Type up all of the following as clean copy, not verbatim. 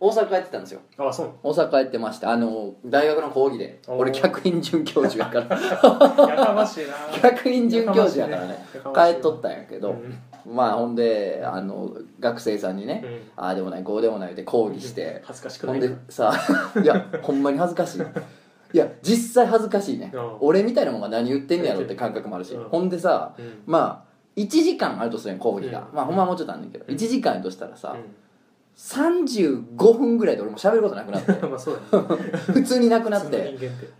大阪帰ってたんですよ。 あ、そう。 大阪帰ってました。大学の講義で俺客員准教授やからやかましいな。 客員准教授やからね帰っとったんやけど、まあほんで学生さんにね、ああでもないこうでもないって講義して、 恥ずかしくない。 ほんでさいやほんまに恥ずかしい。いや実際恥ずかしいね。俺みたいなもんが何言ってんねやろって感覚もあるし、ほんでさ、まあ1時間あるとするやん講義が、まあほんまはもうちょっとあんねんけど、1時間あるとしたらさ、35分ぐらいで俺も喋ることなくなってまあそうだね普通になくなって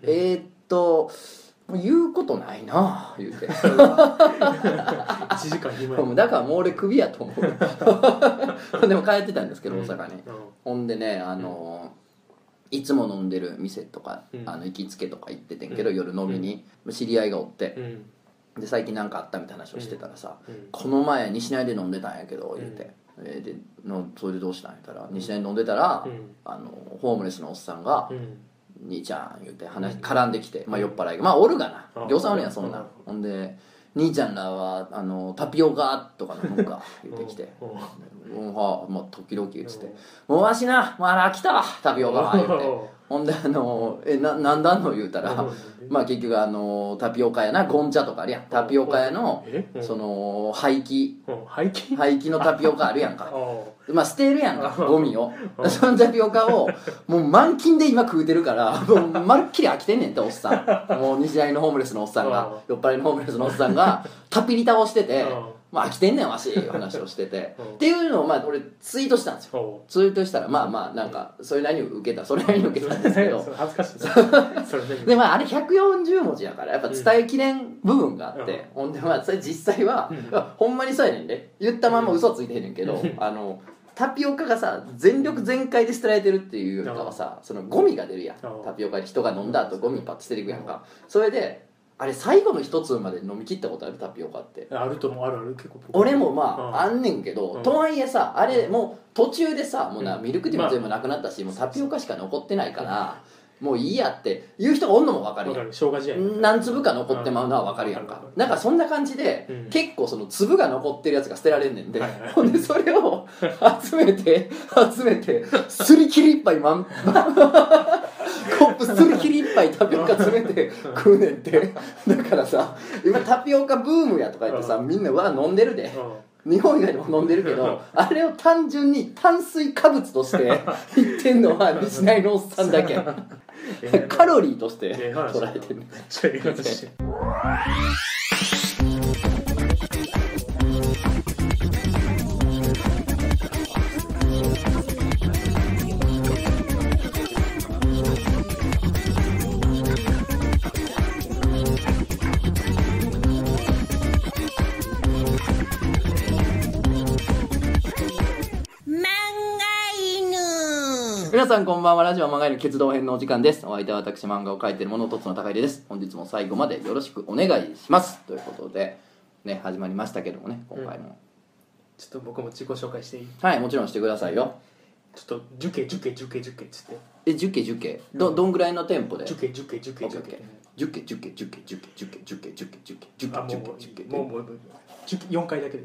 言うことないな言うて 1時間暇や。 だからもう俺クビやと思うでも帰ってたんですけど大阪に、ほんでねいつも飲んでる店とか、行きつけとか行っててんけど、夜飲みに、知り合いがおって、で最近なんかあったみたいな話をしてたらさ、この前西成で飲んでたんやけど言うて、でそれでどうしたんやったら、西成で飲んでたら、ホームレスのおっさんが「兄ちゃん」言うて絡んできて、まあ酔っ払いがまあおるがな、ぎょうさんおるやんそんなん。ほんで「兄ちゃんらはタピオカとか飲むか」言ってきて「はあまあ時々」言ってて「もうわしなまだ飽きたわタピオカは」言ってほんでなんだんの言うたらまあ結局タピオカ屋なゴンチャとかあるやん、タピオカ屋のその廃棄のタピオカあるやんかまあ捨てるやんかゴミをそのタピオカをもう満勤で今食うてるからもうまるっきり飽きてんねんっておっさんもう西成のホームレスのおっさんが酔っ払いのホームレスのおっさんがタピリ倒しててまあ飽きてんねんわしいう話をしててっていうのをまあ俺ツイートしたんですよ。ツイートしたらまあまあなんかそれなりに受けたんですけど恥ずかしいでまああれ140文字やからやっぱ伝えきれん部分があって、ほんでまあそれ実際は、ほんまにそうやねんで言ったまんま嘘ついてへんねんけど、タピオカがさ全力全開で捨てられてるっていうよりかはさ、そのゴミが出るやん。タピオカに人が飲んだ後ゴミパッと捨てていくやんか。それであれ最後の一粒まで飲み切ったことあるタピオカって。 あると思う。ある結構俺もまああんねんけど、とはいえさあれもう途中でさもうなミルクティーも全部なくなったし、もうタピオカしか残ってないからもういいやって言う人がおんのも分かるやん。 生姜試合何粒か残ってまうのは分かるやんか。なんかそんな感じで、結構その粒が残ってるやつが捨てられんねんで、ほんでそれを集めてすり切り一杯コップすり切り一杯タピオカ詰めて食うねんってだからさ今タピオカブームやとか言ってさみんなわ飲んでるで、日本以外でも飲んでるけどあれを単純に炭水化物として言ってんのは西成のおっさんだけカロリーとして捉えてる。皆さんこんばんは。ラジオ漫画犬決動編のお時間です。お相手は私漫画を描いている者とつの高井です。本日も最後までよろしくお願いしますということでね始まりましたけどもね、今回も、 ちょっと僕も自己紹介していい？ はいもちろんしてくださいよ。 ちょっとジュケっつってジュケどんぐらいのテンポでジュケもう4回だけでいい。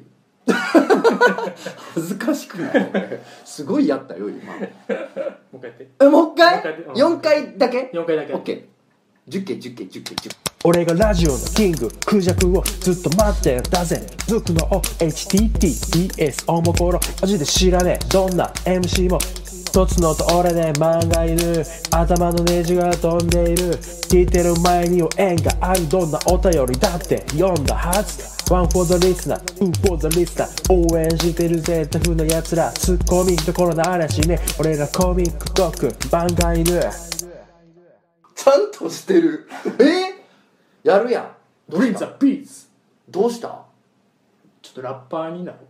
恥ずかしくないすごいやったよ今。もう一回やって。 もう一回4回だけ ?4 回だけ。 オッケー。ジュケ俺がラジオのキングクジャクをずっと待ってるだぜ。ズクの HTTPS おもころマジで知らねえ。どんな MC も一つのと俺で漫画犬頭のネジが飛んでいる。聞いてる前に縁がある。どんなお便りだって読んだはず。One for the listener, two for the listener 応援してるぜタフな奴ら。ツッコミどころの嵐ね。俺らコミックドッグ漫画犬ちゃんとしてる。やるやん。 ブリンザビーツ。 どうした？ ちょっとラッパーになる。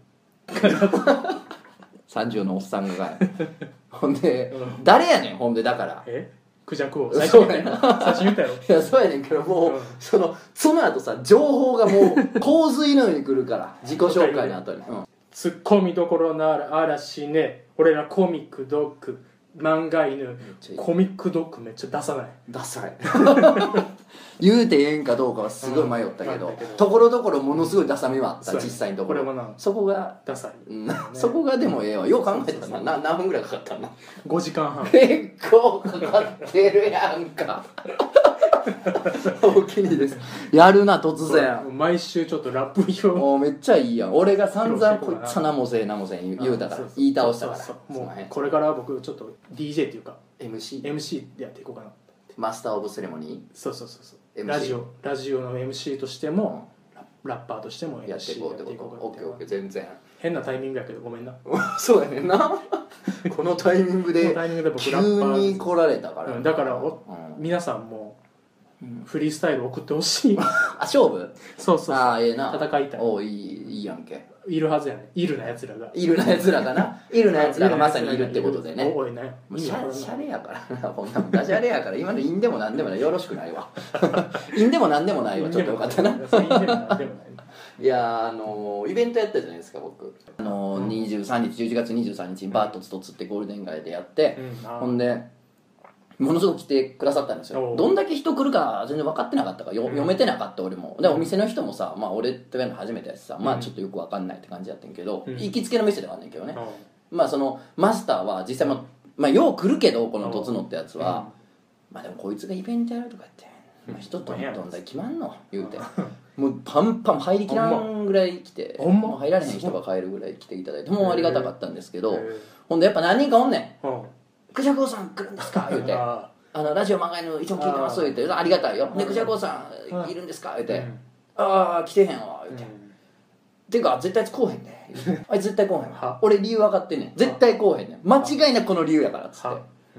30のおっさんがほんで、誰やねんほんでだからクジャクを最初言ったよ。 いやそうやねんけどもう、その後さ情報がもう洪水のように来るから自己紹介の後に、 ツッコミどころの嵐ね。俺らコミックドッグ漫画犬ちゃいいコミックドッグめっちゃ出さないダサい言うてええんかどうかはすごい迷ったけど、 うんところどころものすごいダサみはあった、 そうやね実際のところこれもなそこが、 ダサい、 うんそこがでもええわ、よう考えたらな、何分ぐらいかかったんだ 5時間半結構かかってるやんかおおきにですやるな突然毎週ちょっとラップ表もうめっちゃいいやん、俺が散々こいつは何もせえ何もせえ言うたから、言い倒したから、 そうそうもうすいまへんこれから僕ちょっと DJ っていうか MC MC でやっていこうかなマスターオブセレモニそうそうそうそう MC ラジオの MC としても、ラッパーとしても MC ーやっていこうってことオッケーオッケー全然変なタイミングやけどごめんなそうやねんなこのタイミングこのでタイミングで僕急ラッパーに来られたから、 うんだからうん皆さんもフリースタイル送ってほしいあ勝負そうそうああええな戦いたいおういいやんけいるはずやねいるなやつらがいるなやつらがないるなやつらがまさにいるってことでねおいねもうシャレやからなこんなもんダジャレやから今のインでもなんでもないよろしくないわインでもなんでもないわちょっとよかったなそういいんでもないいやイベントやったじゃないですか僕23日11月23日にバートツトツってゴールデン街でやって、ほんでものすごく来てくださったんですよ。どんだけ人来るか全然分かってなかったから読めてなかった俺も。でお店の人もさ、まあ俺ってやるの初めてやしさ、まあちょっとよく分かんないって感じやってんけど、行きつけの店ではあんねんけどね、まあそのマスターは実際まあよう来るけどこのとつのってやつは、まあでもこいつがイベントやるとか言って、まあ、人とどんだけ決まんの言うてもうパンパン入りきらんぐらい来て、もう入られへん人が帰るぐらい来ていただいてもうありがたかったんですけど、ほんでやっぱ何人かおんねん「クジャクさん来るんですか?」言うてラジオ漫画の一応聞いてます」言うて「ありがたいよ」で「クジャクさんいるんですか?」言うて「ああ来てへんわ」言うて「てか絶対来おへんねあいつ絶対来おへんわ俺理由分かってんねん絶対来おへんねん間違いなくこの理由やから」っつって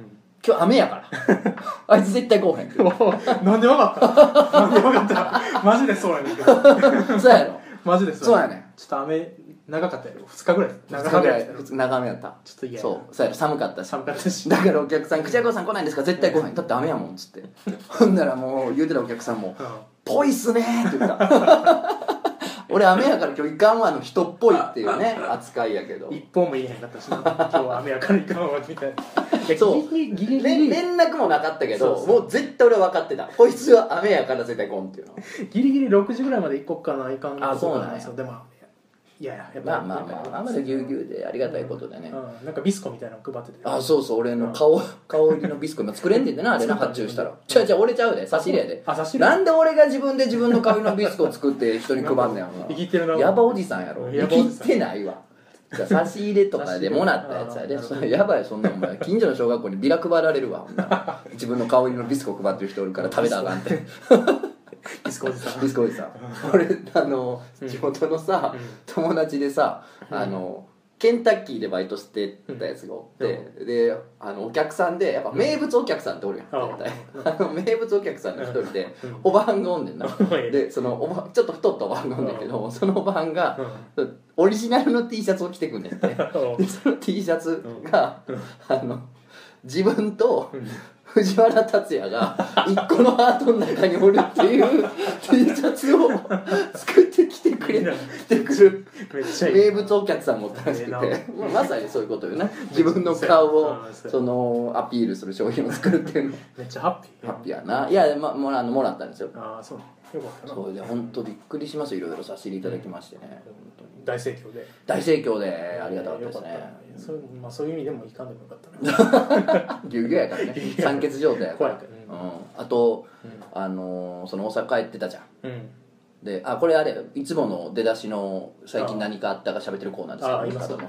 「今日雨やからあいつ絶対来おへん」 なんでわかったなんでわかったマジでそうやねんけどそうやろマジでそうやねんちょっと雨長かったやろ2日ぐらい 2日ぐらい長めやったちょっと嫌やそうやろ寒かったし寒かったしだからお客さん「クジャクさん来ないんですか?」絶対来へんだって雨やもんっつってほんならもう言うてたお客さんも「ぽいっすね」って言った俺雨やから今日いかんわの人っぽいっていうね扱いやけど一本も言えへんかったしな今日は雨やからいかんわみたいなそうギリギリ連絡もなかったけどそうそうもう絶対俺分かってたこいつは雨やから絶対来んっていうのギリギリ6時ぐらいまで行こっかないかんあそうなんやでもいややっぱまあまあまあまだぎゅうぎゅうでありがたいことでねなんかビスコみたいなの配っててあそうそう俺の顔入りのビスコ今作れんねんでなあれな発注したらじゃあ俺ちゃうで差し入れやであ差し入れなんで俺が自分で自分の顔入りのビスコを作って人に配んねんやろ生きてるなヤバおじさんやろヤ生バおじさんきてないわじゃあ差し入れとかでもらったやつやでそれやばいそんなお前近所の小学校にビラ配られるわほんなら自分の顔入りのビスコ配ってる人おるから食べたらあかんってビスコおじさんビスコおじさん俺地元のさ友達でさケンタッキーでバイトしてたやつがおってでお客さんでやっぱ名物お客さんっておるやん絶対名物お客さんの一人でおばはんがおんねんなでそのちょっと太ったおばはんがおんねんけどそのおばはんがオリジナルの T シャツを着てくんねんってでその T シャツが自分と藤原竜也が一個のハートの中におるっていう T シャツを作ってきてくるめっちゃいい名物お客さん持ったらしくて、まさにそういうことよね自分の顔をアピールする商品を作るっていうのめっちゃハッピーハッピーやないやもらったんですよああそうよかったなそれで本当びっくりしますいろいろ差し入れいただきましてね大盛況で大盛況でありがたかったですねそういう意味でもいかんでもよかったなぎゅうぎゅうやからね酸欠状態やからあとその大阪帰ってたじゃんでこれあれいつもの出だしの最近何かあったか喋ってるコーナーですよ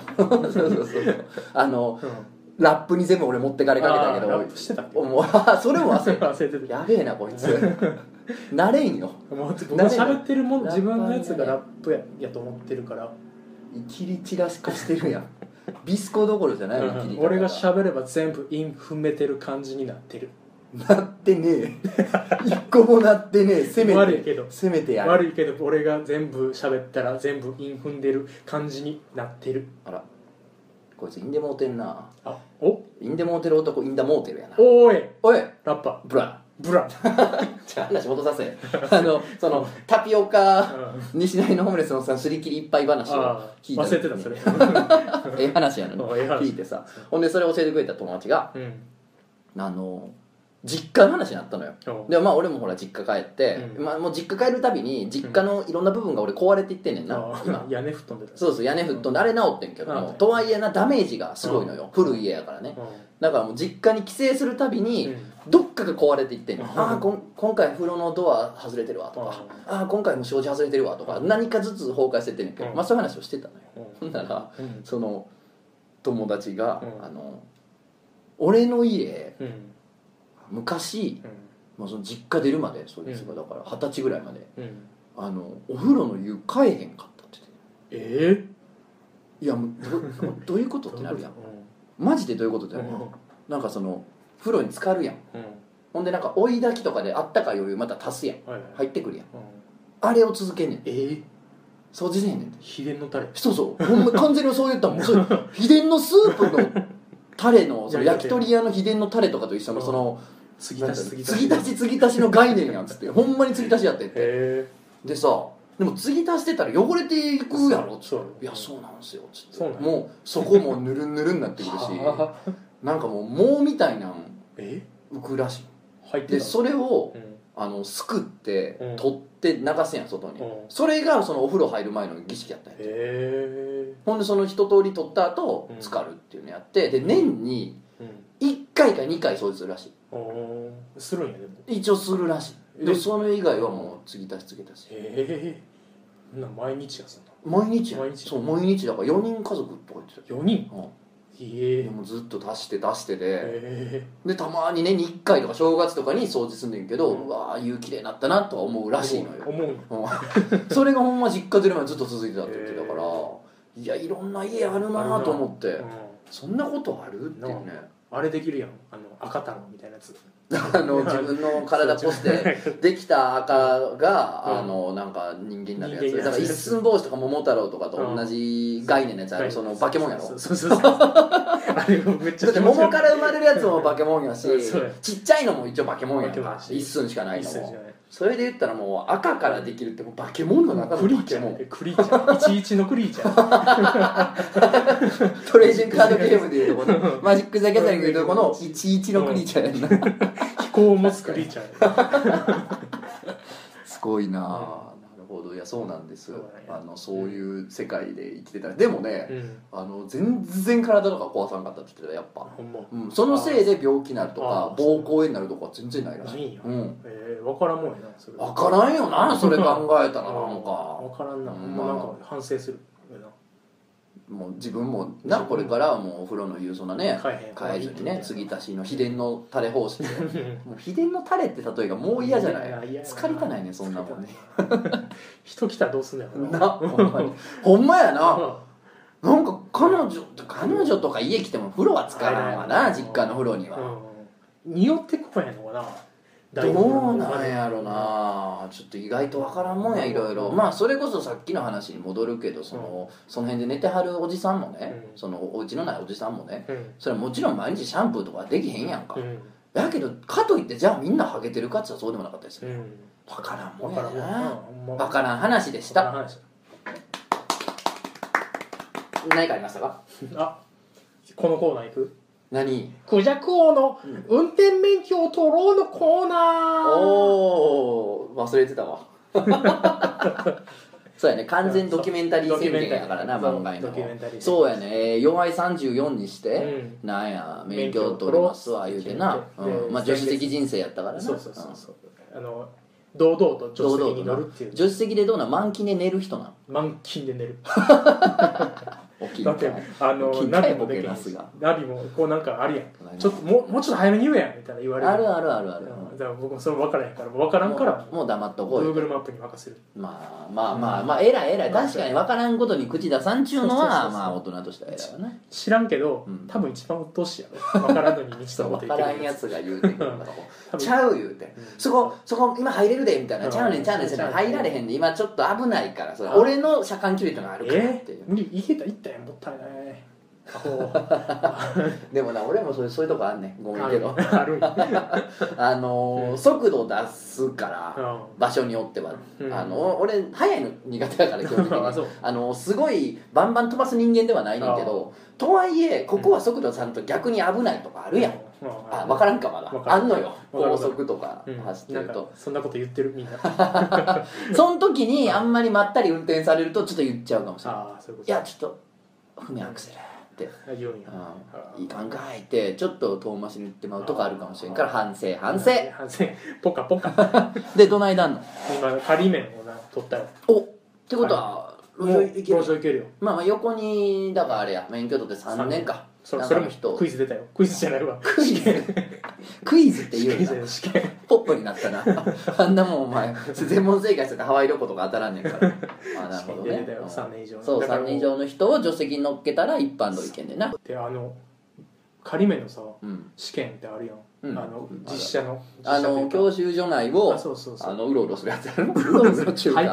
そうラップに全部俺持ってかれかけたけどラップしてたっけそれも忘れてるやべえなこいつなれんよ僕が喋ってるもん自分のやつがラップやと思ってるからいきり散らしかしてるやんビスコどころじゃないわ俺が喋れば全部韻踏めてる感じになってるなってねえ一個もなってねえせめて悪いけどせめてやる悪いけど俺が全部喋ったら全部韻踏んでる感じになってるあらこいつインデモーテんなインデモーテる男インダモーテルやなおいおいラッパブラブラじゃあ話戻させそのタピオカ西成のホームレスのさすり切りいっぱい話を聞いた、 忘れてたそれええ話やのに聞いてさ、ほんでそれ教えてくれた友達が、実家の話になったのよ。でまあ俺もほら実家帰って、まあ、もう実家帰るたびに実家のいろんな部分が俺壊れていってんねんな、今屋根吹っ飛んでた。 そう屋根吹っ飛んで、あれ直ってんけども、とはいえなダメージがすごいのよ、古い家やからね。だからもう実家に帰省するたびにどっかが壊れていってんの。ああ今回風呂のドア外れてるわとか、ああ今回も障子外れてるわとか、何かずつ崩壊してってんねんけど、まあそういう話をしてたのよ。ほんならその友達が俺の家昔、まあ、その実家出るまでそいつがだから20歳ぐらいまで、お風呂の湯変えへんかったって言って。いやもうどういうことってなるやんマジでどういうことってなるやん。なんかその風呂に浸かるやん、ほんでなんか追い焚きとかであったかいお湯また足すやん、入ってくるやん、あれを続けんねん。掃除せへんねん。 秘伝のタレ。 そうほんま完全にそう言ったもんそれ秘伝のスープのタレのその焼き鳥屋の秘伝のタレとかと一緒のその継ぎ足しの概念やんつってほんまに継ぎ足しやってってでさ、でも継ぎ足してたら汚れていくやろっつって、いやそうなんすよっつってもうそこもぬるぬるになってくるしなんかもうみたいなん浮くらしい。でそれをすくって取って流すやん外に、それがそのお風呂入る前の儀式やったんや。ほんでその一通り取った後浸かるっていうのやって、で年に1回か2回掃除するらしい。 するんやでも一応するらしい。でそれ以外はもう継ぎ足し毎日やそんな毎日そう毎日だから4人家族とか言ってた。 4人でもずっと出してで、でたまに年に1回とか正月とかに掃除すんねんけど、うわー湯きれいになったなとは思うらしいのよ。それがほんま実家出るまでずっと続いてたって言ってたから、いやいろんな家あるなと思って、そんなことあるっていうね。 あれできるやん赤太郎みたいなやつ自分の体こしてできた赤がなんか人間になるやつだから一寸法師とか桃太郎とかと同じ概念のやつある、その化け物やろ。 そうあれがめっちゃだって桃から生まれるやつも化け物やしちっちゃいのも一応化け物やんか、一寸しかないのも。それで言ったらもう赤からできるってもう化け物の中の化け物。 クリーチャー11のクリーチャートレーシングカードゲームでいうとこのマジック・ザ・ギャザリングでいうとこの11のクリーチャーやんな。 飛行を持つクリーチャーすごいな。なるほど。いやそうなんです。そういう世界で生きてたらでもね、全然体とか壊さんかったって言ってたやっぱ。そのせいで病気になるとか膀胱炎になるとかは全然ないらしい。 分からんもんやなそれ。 分からんよなそれ考えたらなんか分からんな。なんか反省する。 もう自分もなこれからはもうお風呂の湯そんなね変えずにね継ぎ足しの秘伝のタレ方式でもう秘伝のタレって例えがもう嫌じゃない。疲れたないねそんなもんね。 人来たらどうすんだよなほんまやな。なんか彼女とか家来ても風呂は使わないわな実家の風呂には。 匂ってこないのかな。 どうなんやろな。ちょっと意外と分からんもんやいろいろ。まあそれこそさっきの話に戻るけどその辺で寝てはるおじさんもね、そのお家のないおじさんもね、それはもちろん毎日シャンプーとかできへんやんか。だけどかといってじゃあみんなハゲてるかっつったらそうでもなかったですよ。分からんもんやな。分からん話でした。何かありましたか。 このコーナー行く。 何？ クジャク王の運転免許を取ろうのコーナー。 おー忘れてたわ。そうやね、完全ドキュメンタリー宣言やからな番外の。そうやね、弱い34にして、なんや免許取れますわ言うてな、まあ助手席人生やったからな。 そう堂々と助手席に乗るっていう。 助手席でどうな満勤で寝る人な。 満勤で寝る。 だってナビもできへんし、ナビもこうなんかあるやん。ちょっともうちょっと早めに言えやんみたいな言われる。 ある。だから僕もそれ分からへんから分からんからもう黙っとこう。 Google マップに任せる。 まあ偉い。確かに分からんことに口出さんちゅうのはまあ大人としては偉いわな。 知らんけど多分一番鬱陶しいやろ。分からんのに道と分からんやつが言うてくるからちゃう言うて、そこ今入れるでみたいな、ちゃうねん入られへんで今ちょっと危ないから、それ俺の車間距離とかあるからっていう。 行ったやんもったいない。 でもな俺もそういうとこあんねんごめんけどある速度出すから場所によっては、俺速いの苦手だから基本的にすごいバンバン飛ばす人間ではないねんけど、とはいえここは速度出さんと逆に危ないとかあるやん。分からんかまだあんのよ高速とか走ってると。 そんなこと言ってるみんなその時にあんまりまったり運転されるとちょっと言っちゃうかもしれない。いやちょっと踏みアクセルっていいかんかいってちょっと遠回しに言ってまうとかあるかもしれんから反省ポカポカでどないなんの今仮免をな取ったよ。 おってことは路上行けるよ。 まあ横にだからあれや免許取って3年か。 それもクイズ出たよ。クイズじゃないわ。 クイズって言うのポップになったなあんなもんお前全問正解するとハワイ旅行とか当たらんねんからなるほどね。 3年以上そう3年以上の人を助手席に乗っけたら一般道行けんねんな。 で仮免のさ試験ってあるやん。実車の教習所内をうろうろするやつやろ。うろうろ中華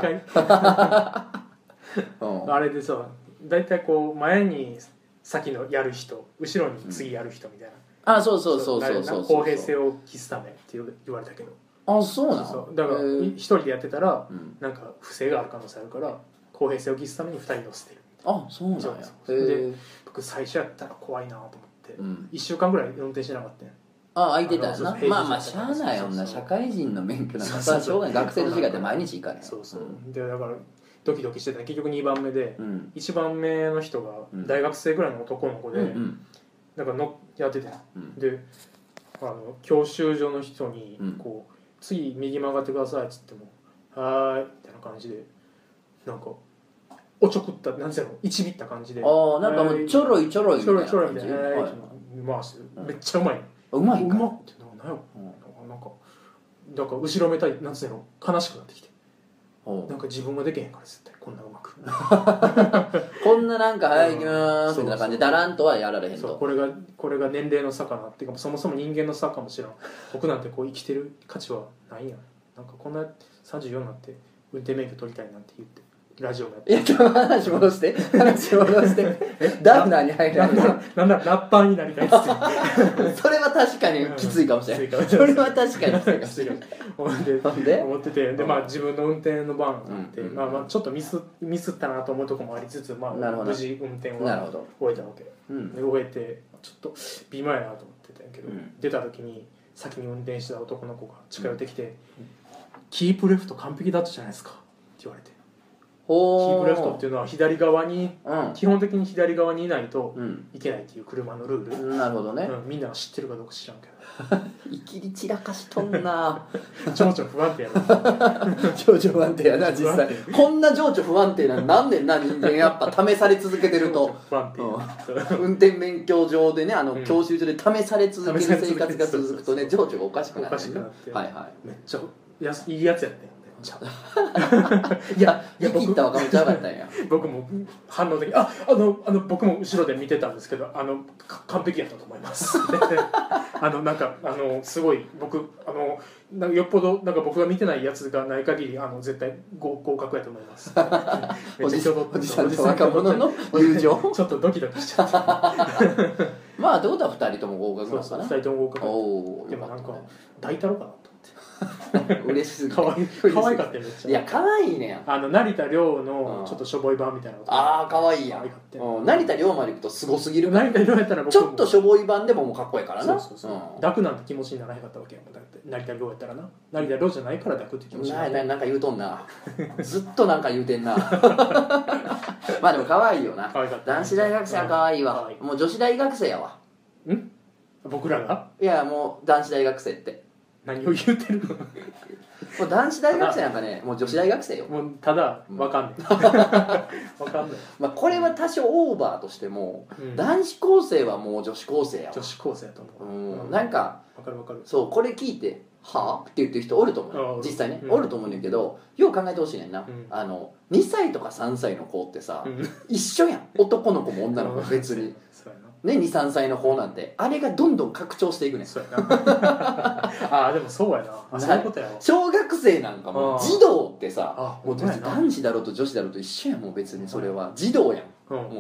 あれでさ大体こう前に先のやる人後ろに次やる人みたいな、 そう公平性を期すためって言われたけど。 そうなの。 だから一人でやってたらなんか不正がある可能性あるから公平性を期すために2人乗せてる。 そうなんや。 で僕最初やったら怖いなと思って1週間ぐらい運転してなかったんや。 空いてたよな。まあしゃあないよな。社会人の免許なんかさしょうがない。学生の時間って毎日行かね。 でだからドキドキしてた。結局2番目で、1番目の人が大学生ぐらいの男の子で、なんかやってて、で教習所の人にこう次右曲がってくださいっつってもはーいみたいな感じでなんかおちょくったなんつうのいちびった感じでなんかもうちょろいみたいな感じみたいな回してめっちゃうまい。 うまいか。 うまってなんかだから後ろめたいなんつうの悲しくなってきて。なんか自分ができへんから絶対こんなうまくこんななんか早い行きますみたいな感じでダランとはやられへんと。 これが年齢の差かなっていうかそもそも人間の差かもしれん。僕なんてこう生きてる価値はないんや。なんかこんな34になって運転免許取りたいなんて言ってラジオもやって。 話戻してダウナーに入るなんだラッパーになりたいっつってそれは確かにきついかもしれないそれは確かにきついかもしれない思っててで自分の運転の番があってちょっとミスったなと思うとこもありつつ無事運転は終えたわけで終えてちょっと微妙やなと思ってたんやけど出た時に先に運転してた男の子が近寄ってきてキープレフト完璧だったじゃないですかって言われて。キープレフトっていうのは左側に、基本的に左側にいないといけないっていう車のルール。 なるほどね。 みんな知ってるかどうか知らんけどいきり散らかしとんな情緒不安定やな情緒不安定やな実際こんな情緒不安定なんでんな人間やっぱ試され続けてると運転免許場でね教習所で試され続ける生活が続くとね情緒がおかしくなる。 めっちゃいいやつやね。 いや生きった若者ちゃうかったんや僕も反応的に僕も後ろで見てたんですけど完璧やったと思いますなんかすごい僕よっぽどなんか僕が見てないやつがない限り絶対合格やと思いますおじさんと若者の友情ちょっとドキドキしちゃったまあってことは2人とも合格なのかな。 2人とも合格でもなんか抱いたろかなと嬉しすぎて可愛かったよめっちゃ。 いや可愛いねや成田凌のちょっとしょぼい版みたいな可愛いやん。成田凌まで行くとすごすぎる。 成田凌やったら僕ちょっとしょぼい版でももうかっこいいからな。 抱くなんて気持ちにならへんかったわけやもん。だって成田凌やったらな成田凌じゃないから抱くって気持ちにならなんか言うとんなずっとなんか言うてんなまあでも可愛いよな。男子大学生は可愛いわ。もう女子大学生やわ。 僕らがいやもう男子大学生って何を言うてるのもう男子大学生なんかねもう女子大学生よ。 もうただ分かんない分かんないこれは多少オーバーとしても、男子高生はもう女子高生やわ。 女子高生やと思う。 なんか分かるそうこれ聞いてはぁって言ってる人おると思う実際ね、おると思うんだけどよう考えてほしいねんな、2歳とか3歳の子ってさ、一緒やん男の子も女の子も別にね、2,3 歳の子なんてあれがどんどん拡張していくねん。 そうやなでもそうやなそういうことやわ。 小学生なんかも児童ってさもう男子だろうと女子だろうと一緒やん。もう別にそれは児童やん。もう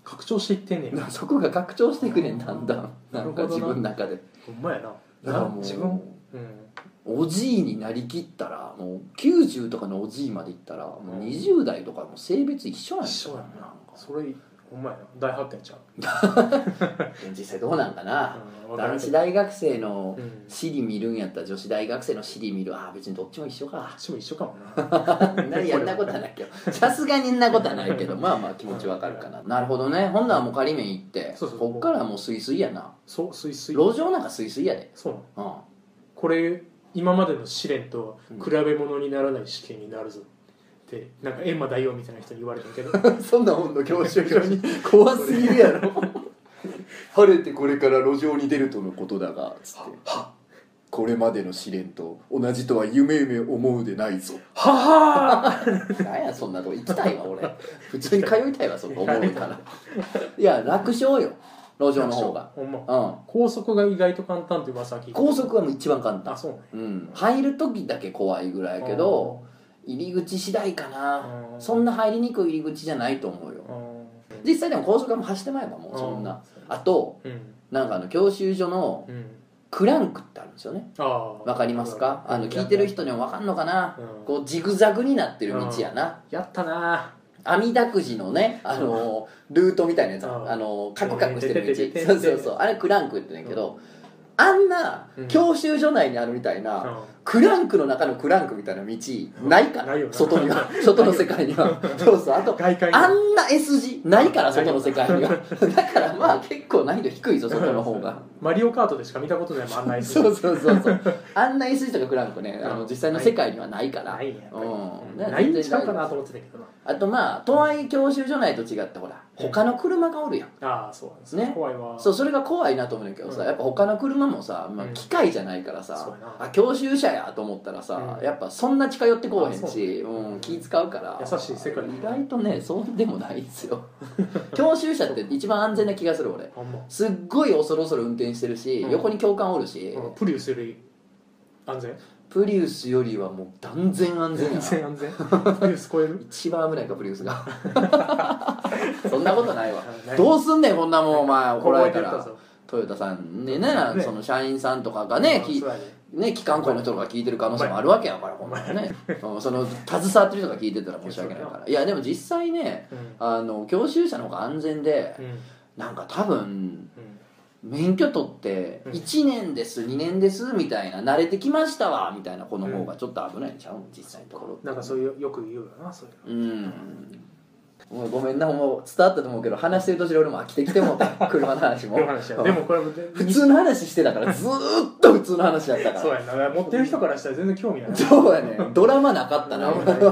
拡張していってんねん。 そこが拡張していくねんだんだんなんか自分の中で。 ほんまやな。 だからもう自分、 おじいになりきったらもう90とかのおじいまでいったらもう20代とかも性別一緒なんですよ。 一緒やな。それほんまやな。大発見ちゃう。 実際どうなんかな、男子大学生の尻見るんやったら女子大学生の尻見る、ああ別にどっちも一緒か。 どっちも一緒かもな。 やんなことはないけど、さすがにんなことはないけど、まあまあ気持ちわかるかな。なるほどね。ほんならもう仮面行って、こっからもうスイスイやな。 そうスイスイ。 路上なんかスイスイやで。 そうなの。これ今までの試練と比べ物にならない試験になるぞってなんか閻魔大王みたいな人に言われたけどそんなもんの教習所に怖すぎるやろ晴れてこれから路上に出るとのことだがつってこれまでの試練と同じとは夢思うでないぞははーなんやそんなとこ行きたいわ俺普通に通いたいわそこ思うからいや楽勝よ路上の方が。 ほんま。高速が意外と簡単って噂聞いて。 高速はもう一番簡単。 あ、そうね。入る時だけ怖いぐらいやけど、入り口次第かな。そんな入りにくい入り口じゃないと思うよ。実際でも高速はもう走ってまえばもうそんな。あと、なんか教習所のクランクってあるんですよね。わかりますか？聞いてる人にもわかんのかな。こうジグザグになってる道やな。 やったな。 網だくじのね、ルートみたいなやつ、カクカクしてる道、そうそうそう、あれクランクって言うんやけど、あんな教習所内にあるみたいな、クランクの中のクランクみたいな道ないから外には外の世界にはそうそうあとあんな S 字ないから外の世界にはだからまあ結構難易度低いぞ外の方がマリオカートでしか見たことないもんあんな S 字そうそうそうそうあんな S 字とかクランクね実際の世界にはないからないんちゃうかなと思ってたけどなあとまあとはいえ教習所内と違ってほら他の車がおるやんああそうなんですね怖いわそうそれが怖いなと思うんだけどさやっぱ他の車もさ機械じゃないからさあ教習車やと思ったらさやっぱそんな近寄ってこうへんし気使うから優しい世界意外とねそうでもないんですよ教習車って一番安全な気がする俺すっごい恐る恐る運転してるし横に教官おるしプリウスより安全プリウスよりはもう断然安全やな全然安全プリウス超える一番危ないかプリウスがそんなことないわどうすんねんこんなもんお前怒られたらトヨタさんでねその社員さんとかがね機関校の人が聞いてる可能性もあるわけやからほんまにねその携わってる人が聞いてたら申し訳ないからいやでも実際ね教習車の方が安全でなんか多分免許取って1年です2年ですみたいな慣れてきましたわみたいな子の方がちょっと危ないんちゃう実際のところなんかそういうよく言うよなそういうもうごめんなもう伝わったと思うけど話してる途中で俺も飽きてきても車の話もでもこれ普通の話してたからずーっと普通の話だったからそうやな持ってる人からしたら全然興味ないそうやねドラマなかったな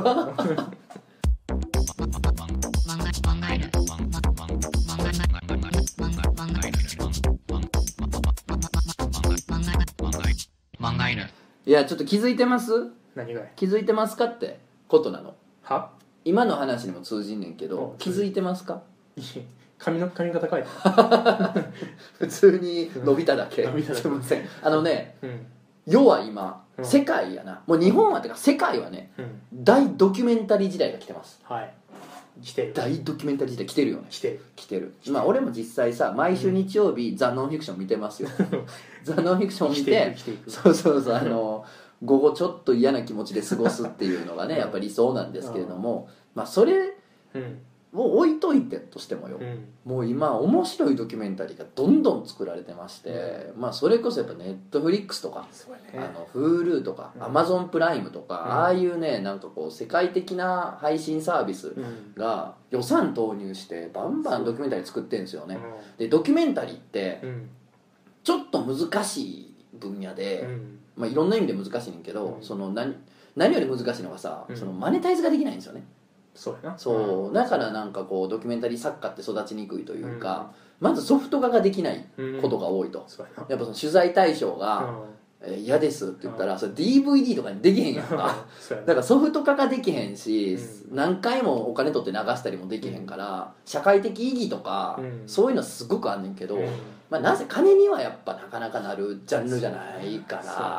いやちょっと気づいてます？ 何が気づいてますかってことなのは今の話にも通じんねんけど気づいてますか？ 髪型変えた普通に伸びただけすいません要は今世界やなもう日本はてか世界はね大ドキュメンタリー時代が来てますはい来てる大ドキュメンタリー時代来てるよね来てるまあ俺も実際さ毎週日曜日ザ・ノンフィクション見てますよザ・ノンフィクション見てそう午後ちょっと嫌な気持ちで過ごすっていうのがねやっぱり理想なんですけれどもまあそれを置いといてとしてもよもう今面白いドキュメンタリーがどんどん作られてましてまあそれこそやっぱネットフリックスとかHulu とか Amazon プライムとかああいうねなんかこう世界的な配信サービスが予算投入してバンバンドキュメンタリー作ってるんですよねでドキュメンタリーってちょっと難しい分野でまあいろんな意味で難しいねんけどその何より難しいのがさそのマネタイズができないんですよねそうだからなんかこうドキュメンタリー作家って育ちにくいというかまずソフト化ができないことが多いとやっぱその取材対象が嫌ですって言ったらそれ DVD とかにできへんやんかだからソフト化ができへんし何回もお金取って流したりもできへんから社会的意義とかそういうのすごくあんねんけどまあなぜ金にはやっぱなかなかなるジャンルじゃないから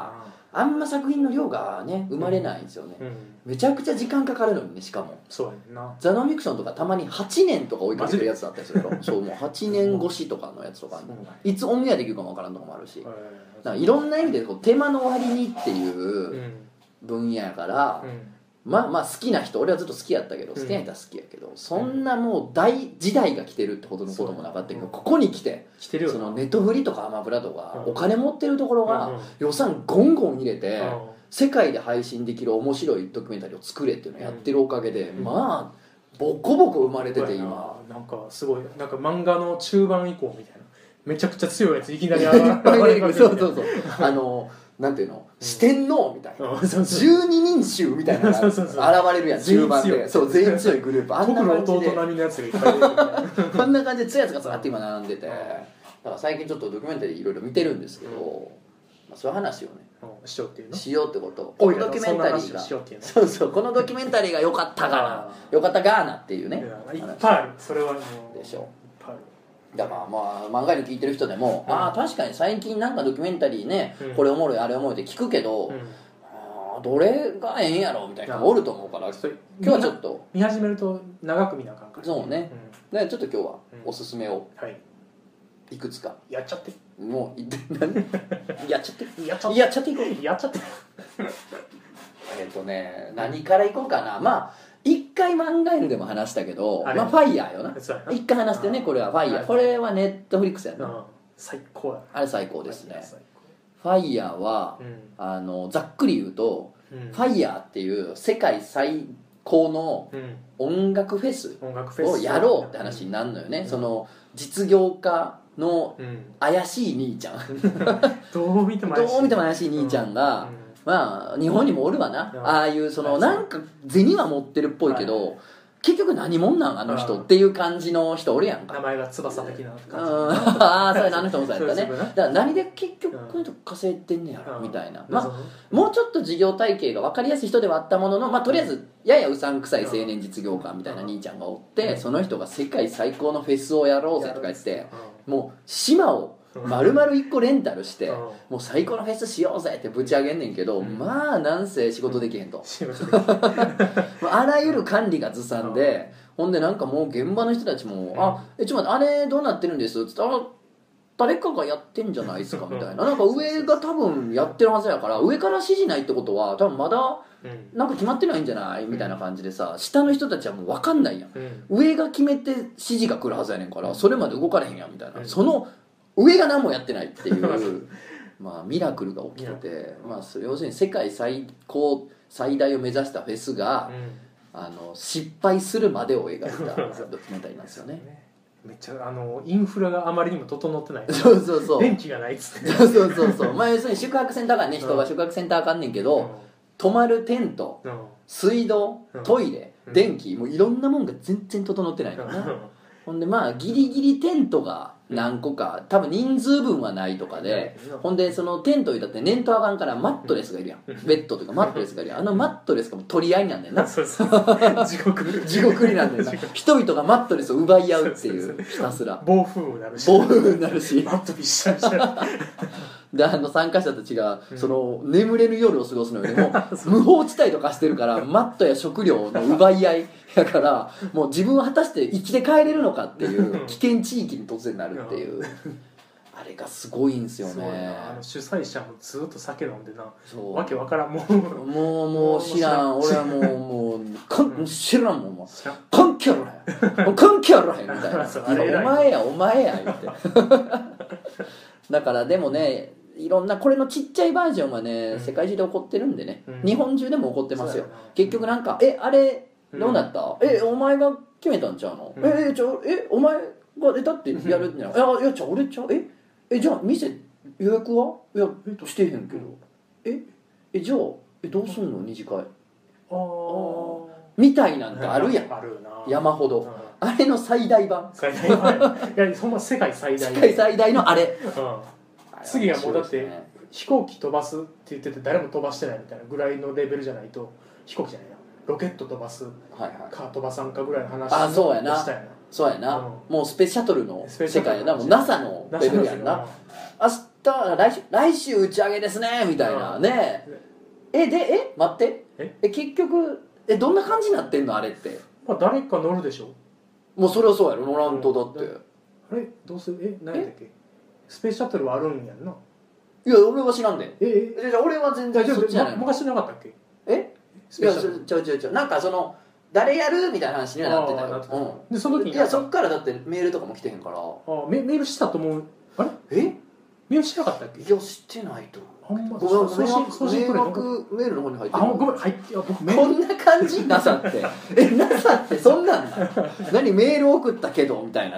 あんま作品の量がね生まれないんですよね、めちゃくちゃ時間かかるのにね。しかもそうやな、 ザ・ノンフィクションとかたまに8年とか追いかけてるやつだったりするよそう、もう8年越しとかのやつとか、いつオンエアできるかもわからんとかもあるし、だからいろんな意味でこう手間の割にっていう分野やから、まあ好きな人、俺はずっと好きやったけど、好きな人は好きやけど、そんなもう大時代が来てるってほどのこともなかったけど、ここに来てそのネットフリとかアマプラとかお金持ってるところが予算ゴンゴン入れて世界で配信できる面白いドキュメンタリーを作れっていうのをやってるおかげで、まあボコボコ生まれてて、今なんかすごい、なんか漫画の中盤以降みたいなめちゃくちゃ強いやついきなり現れるそうなんていうの、四天王みたいな、12人衆みたいなのが現れるやん、中盤で。そう、全員強いグループ、あんな感じで弟並みのやつがいっぱいいるみたいなこんな感じで強いやつがザーって今並んでて、だから最近ちょっとドキュメンタリーいろいろ見てるんですけど、そういう話をねしようっていうの、 しようってこと。このドキュメンタリーがそうそう、このドキュメンタリーが良かったから良かったガーナっていうね、 いっぱいある、それはもうでしょ。だからまあ漫画に聞いてる人でも、ああ確かに最近なんかドキュメンタリーね、これおもろいあれおもろいって聞くけど、どれがええんやろみたいな人もおると思うから、今日はちょっと見始めると長く見なあかんから。 そうね、でちょっと今日はおすすめをいくつかやっちゃって、 もうやっちゃってやっちゃっていこう、やっちゃって何からいこうかな。まあ一回漫画犬でも話したけど、まあファイヤーよな、一回話してよね。これはファイヤー、これはネットフリックスやな、 最高や、 あれ最高ですね。ファイヤーはざっくり言うと、ファイヤーっていう世界最高の音楽フェスをやろうって話になるのよね。その実業家の怪しい兄ちゃんどう見ても怪しい兄ちゃんが、まあ日本にもおるわな、ああいうそのなんか銭は持ってるっぽいけど、結局何者なんあの人っていう感じの人おるやんか。 名前が翼的な感じ。 ああそうやな、あの人もそうやったね。だから何で結局この人稼いでんねやろみたいな。まあもうちょっと事業体系が分かりやすい人ではあったものの、まあとりあえずややうさんくさい青年実業家みたいな兄ちゃんがおって、その人が世界最高のフェスをやろうぜとか言って、もう島を丸々1個レンタルしてもう最高のフェスしようぜってぶち上げんねんけど、まあなんせ仕事できへんとあらゆる管理がずさんで、ほんでなんかもう現場の人たちも「ちょっと待って、あれどうなってるんです」っつって「誰かがやってんじゃないですか」みたいな、なんか上が多分やってるはずやから、上から指示ないってことは多分まだなんか決まってないんじゃないみたいな感じでさ、下の人たちはもう分かんないやん、上が決めて指示が来るはずやねんから、それまで動かれへんやんみたいな、その上が何もやってないっていうまあミラクルが起きてて、まあ要するに世界最高最大を目指したフェスが、失敗するまでを描いたドキュメンタリーなんですよね。 めっちゃインフラがあまりにも整ってない、 そう電気がないっつって、 そうまあ要するに宿泊センターがね、人が宿泊センターあかんねんけど、泊まるテント、水道、トイレ、電気、もういろんなもんが全然整ってないのねほんでまあギリギリテントが何個か、多分人数分はないとかで、ほんでそのテントいだって念とあかんからマットレスがいるやん、ベッドとかマットレスがいるやん、マットレスがもう取り合いなんだよな地獄になんだよな人々がマットレスを奪い合うっていうひたすら暴風になるしマットびっしゃびしゃで参加者たちがその眠れぬ夜を過ごすのよりも無法地帯とかしてるからマットや食料の奪い合いだからもう自分は果たして生きて帰れるのかっていう危険地域に突然なるっていうあれがすごいんですよね。 主催者もずっと酒飲んでな、わけわからん、もう知らん、俺はもう知らんもん、関係あらへん関係あらへんみたいなお前や言ってだからでもね、いろんなこれのちっちゃいバージョンはね、世界中で起こってるんでね、日本中でも起こってますよ。結局なんかあれどうなった、お前が決めたんちゃうの、お前が出たってやるっていや俺ちゃうじゃあ店予約はいやしてへんけどじゃあどうすんの二次会みたいなんてあるやん、山ほど、あれの最大版いやそんな世界最大のあれ、 次はもうだって飛行機飛ばすって言ってて誰も飛ばしてないみたいなぐらいのレベルじゃないと、飛行機じゃないな、ロケット飛ばすか飛ばさんかぐらいの話をしたよな。 そうやな、もうスペースシャトルの世界やな、もう NASA のレベルやんな。 だから来週打ち上げですねみたいなね。待って結局どんな感じになってんのあれって。 まあ誰か乗るでしょ。 もうそれはそうやろ、乗らんと。だってあれどうする何やったっけ、スペースシャトルはあるんやんな。 いや俺は知らんで。じゃあ俺は全然そっちじゃない。 昔なかったっけ。 いやちょなんかその誰やるみたいな話にはなってたよ。 でその時にいやそっからだってメールとかも来てへんから。 メールしたと思う。あれメールしなかったっけ。 いやしてないと。ごめん、迷惑メールの方に入ってる。 ごめん入って僕こんな感じなさってなさってそんなんだ何メール送ったけどみたいな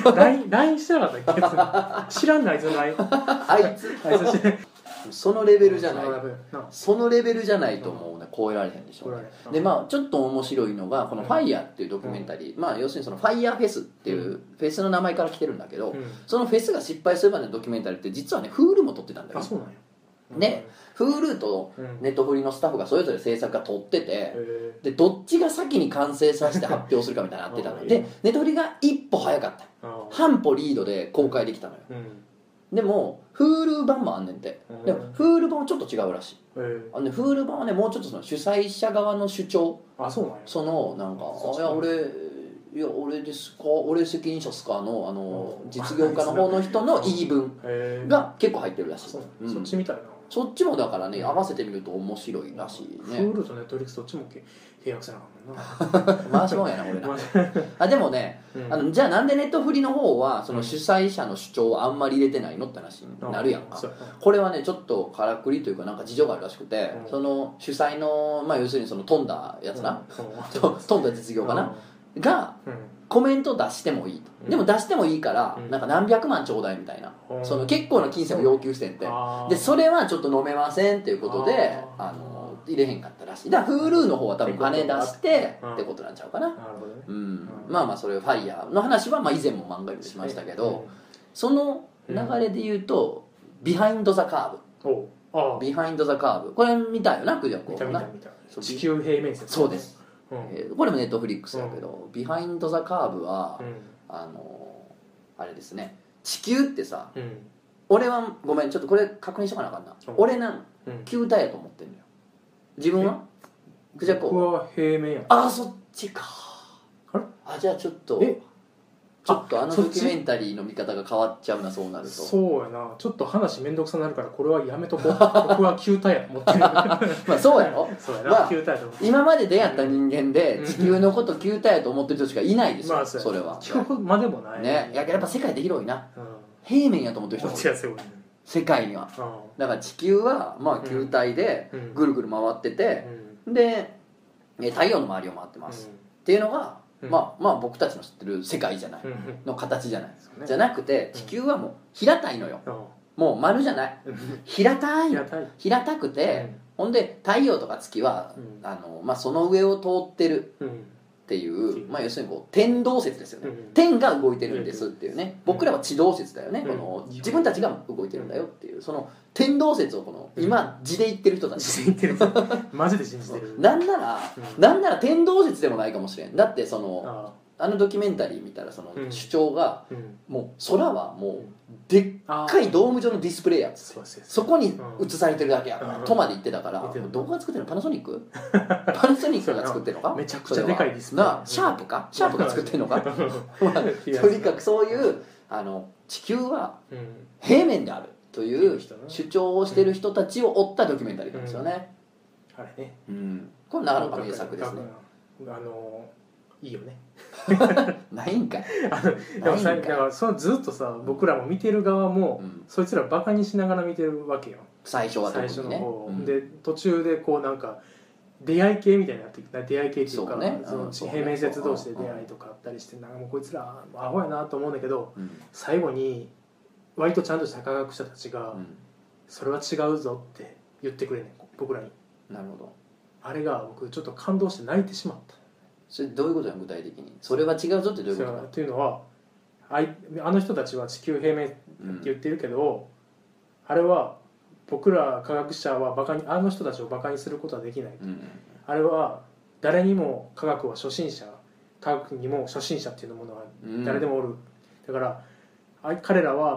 LINE してなかったっけ知らんないぞ LINE あいつそのレベルじゃないそのレベルじゃないともうね超えられへんでしょ。でまあちょっと面白いのがこの「ファイヤーっていうドキュメンタリー、まあ要するにそのファイヤーフェスっていうフェスの名前から来てるんだけど、そのフェスが失敗するまでのドキュメンタリーって実はね Hulu も撮ってたんだよ。 あそうなんや。 で Hulu とネットフリのスタッフがそれぞれ制作が撮ってて、でどっちが先に完成させて発表するかみたいなのあってたのでネットフリが一歩早かった、半歩リードで公開できたのよ、でも Hulu 版もあんねんて。でも Hulu 版はちょっと違うらしい。Hulu 版はねもうちょっとその主催者側の主張、そのなんかいや俺ですか俺責任者っすかの実業家の方の人の言い分が結構入ってるらしい。 そっちみたいな。 そっちもだからね合わせてみると面白いらしいね。 Hulu とネットフリックスどっちも契約せなあかんもんな。 回しもんやな俺らでもね、じゃあなんでネットフリの方はその主催者の主張をあんまり入れてないのって話になるやんか。これはねちょっとからくりというかなんか事情があるらしくて、その主催のまあ要するにその飛んだやつな、飛んだ実業家ながコメント出してもいいと、でも出してもいいからなんか何百万ちょうだいみたいな、その結構な金銭を要求してんて、でそれはちょっと飲めませんっていうことで入れへんかったらしい。だから Hulu の方は多分金出してってことなんちゃうかな。まあまあそれファイヤーの話はまあ以前も漫画にしましたけど、その流れで言うとビハインドザカーブ、ビハインドザカーブこれ見たよな、クジャコ。 見た地球平面説。 そうです、これもネットフリックスだけど、ビハインドザカーブはあれですね、地球ってさ、俺はごめんちょっとこれ確認しとかなあかんな、俺球体やと思ってんのよ自分は。クジャコ僕は平面や。 そっちか。じゃあちょっとドキュメンタリーの見方が変わっちゃうな、そうなると。 そうやな、ちょっと話めんどくさなるからこれはやめとこう僕は球体やと思ってるまあそうやろ。 そうやな、球体やと思ってる。 今まで出会った人間で地球のこと球体やと思ってる人しかいないですよ、それは。 地球までもないね。やっぱ世界って広いな、平面やと思ってる人もいる世界には。だから地球はまあ球体でぐるぐる回ってて、で太陽の周りを回ってますっていうのがまあ僕たちの知ってる世界じゃないの形じゃない、じゃなくて地球はもう平たいのよ、もう丸じゃない、平たくて、ほんで太陽とか月はその上を通ってるっていう、まあ要するにこう天動説ですよね、天が動いてるんですっていうね。僕らは地動説だよね、この自分たちが動いてるんだよっていう、その天動説をこの今字で言ってる人たちマジで信じてる。 なんなら天動説でもないかもしれん。だってそのドキュメンタリー見たらその主張がもう空はもうでっかいドーム状のディスプレイやつ、そこに映されてるだけやからとまで言ってたから、どこが作ってるの？パナソニックが作ってるのか、 めちゃくちゃでかいディスプレイな、シャープが作ってるのかとにかくそういう地球は平面であるという主張をしてる人たちを追ったドキュメンタリーなんですよね。 あれね、 これなかなか名作ですね。 いいよねないんかい。 でもさ、だからそのずっとさ、僕らも見てる側も、そいつらバカにしながら見てるわけよ、 最初は特にね。 最初の方、で途中でこうなんか出会い系みたいになってきた。出会い系っていうか、平面説同士で出会いとかあったりして、なんかもうこいつらアホやなと思うんだけど、最後に割とちゃんとした科学者たちが、それは違うぞって言ってくれねん、僕らに。 なるほど。 あれが僕ちょっと感動して泣いてしまった。 それどういうことや、具体的に。それは違うぞってどういうことかというのは、あの人たちは地球平面って言ってるけど、あれは僕ら科学者はあの人たちをバカにすることはできない、あれは誰にも科学は初心者、科学にも初心者っていうものは誰でもおる、だから彼らは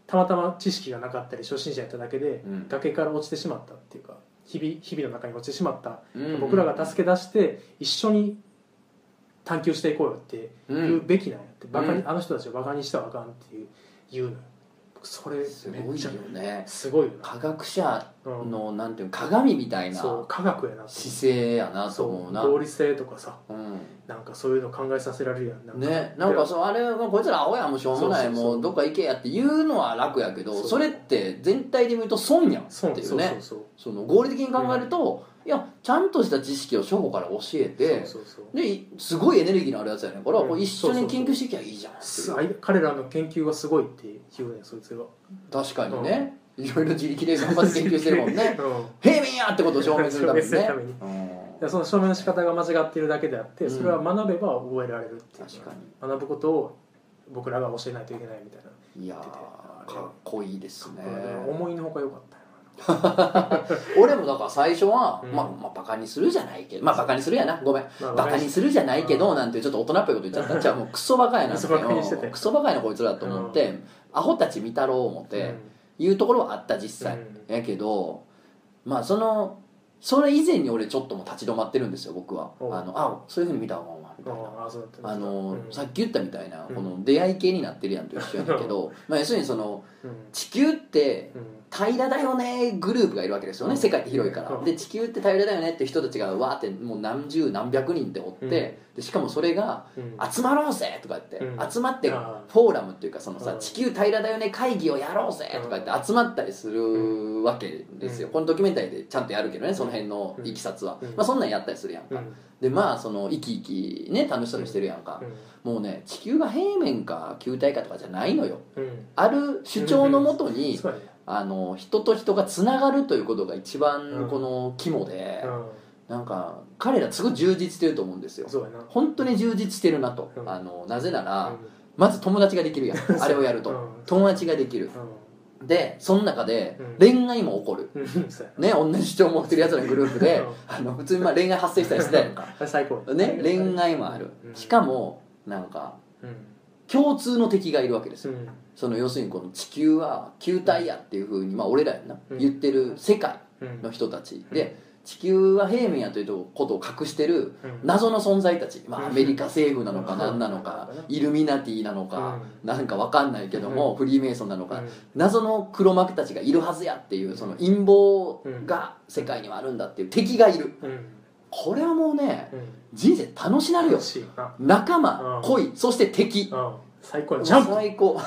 たまたま知識がなかったり初心者やっただけで、崖から落ちてしまったっていうか日々の中に落ちてしまった、僕らが助け出して一緒に探求していこうよって言うべきなんやって、あの人たちをバカにしてはあかんって言うのよ。それすごいよね。 すごいよ科学者のなんていう鏡みたいなそう科学やな姿勢やなと思うな。 合理性とかさ、なんかそういうの考えさせられるやん。 なんかそうあれこいつらアホやもしょうもないもうどっか行けやって言うのは楽やけど、それって全体で見ると損やんっていうね。その合理的に考えると、いやちゃんとした知識を初歩から教えて、ですごいエネルギーのあるやつやねんから、一緒に研究していきゃいいじゃん。 彼らの研究はすごいって言うねんそいつが。 確かにね、いろいろ自力で頑張って研究してるもんね。平民やってことを証明するためにね。 その証明の仕方が間違っているだけであって、それは学べば覚えられるっていう、確かに学ぶことを僕らが教えないといけないみたいな。 いやーかっこいいですね。 思いのほか良かったよ。 俺もだから最初は、まあバカにするじゃないけど、バカにするやな、ごめん、バカにするじゃないけどなんてちょっと大人っぽいこと言っちゃったじゃあもうクソバカやなってクソバカやなこいつらと思って、アホたち見たろう思っていうところはあった実際やけど、まあそれ以前に俺ちょっとも立ち止まってるんですよ僕は。そういうふうに見た方がみたいな、さっき言ったみたいなこの出会い系になってるやんと一緒やねんけど、要するにその地球って平らだよねグループがいるわけですよね。世界って広いから。で地球って平らだよねって人たちがわーってもう何十何百人っておって、でしかもそれが集まろうぜとか言って集まってフォーラムっていうかそのさ地球平らだよね会議をやろうぜとか言って集まったりするわけですよ。このドキュメンタリーでちゃんとやるけどね、その辺のいきさつはそんなんやったりするやんか。でその生き生きね楽しそうにしてるやんか。もうね地球が平面か球体かとかじゃないのよ。ある主張のもとに人と人がつながるということが一番この肝で、なんか彼らすごい充実してると思うんですよ。本当に充実してるなと。なぜならまず友達ができるやんあれをやると友達ができる。でその中で恋愛も起こる、ね、同じ主張を持ってるやつらのグループで普通に恋愛発生したりしてたやんか最高、 ね、恋愛もある。しかもなんか共通の敵がいるわけですよ。その要するにこの地球は球体やっていうふうに俺らやな言ってる世界の人たちで、地球は平面やということを隠してる謎の存在たち、アメリカ政府なのか何なのかイルミナティなのかなんか分かんないけどもフリーメイソンなのか謎の黒幕たちがいるはずやっていうその陰謀が世界にはあるんだっていう敵がいる。これはもうね人生楽しなるよ。仲間恋そして敵最高ジャンプ最高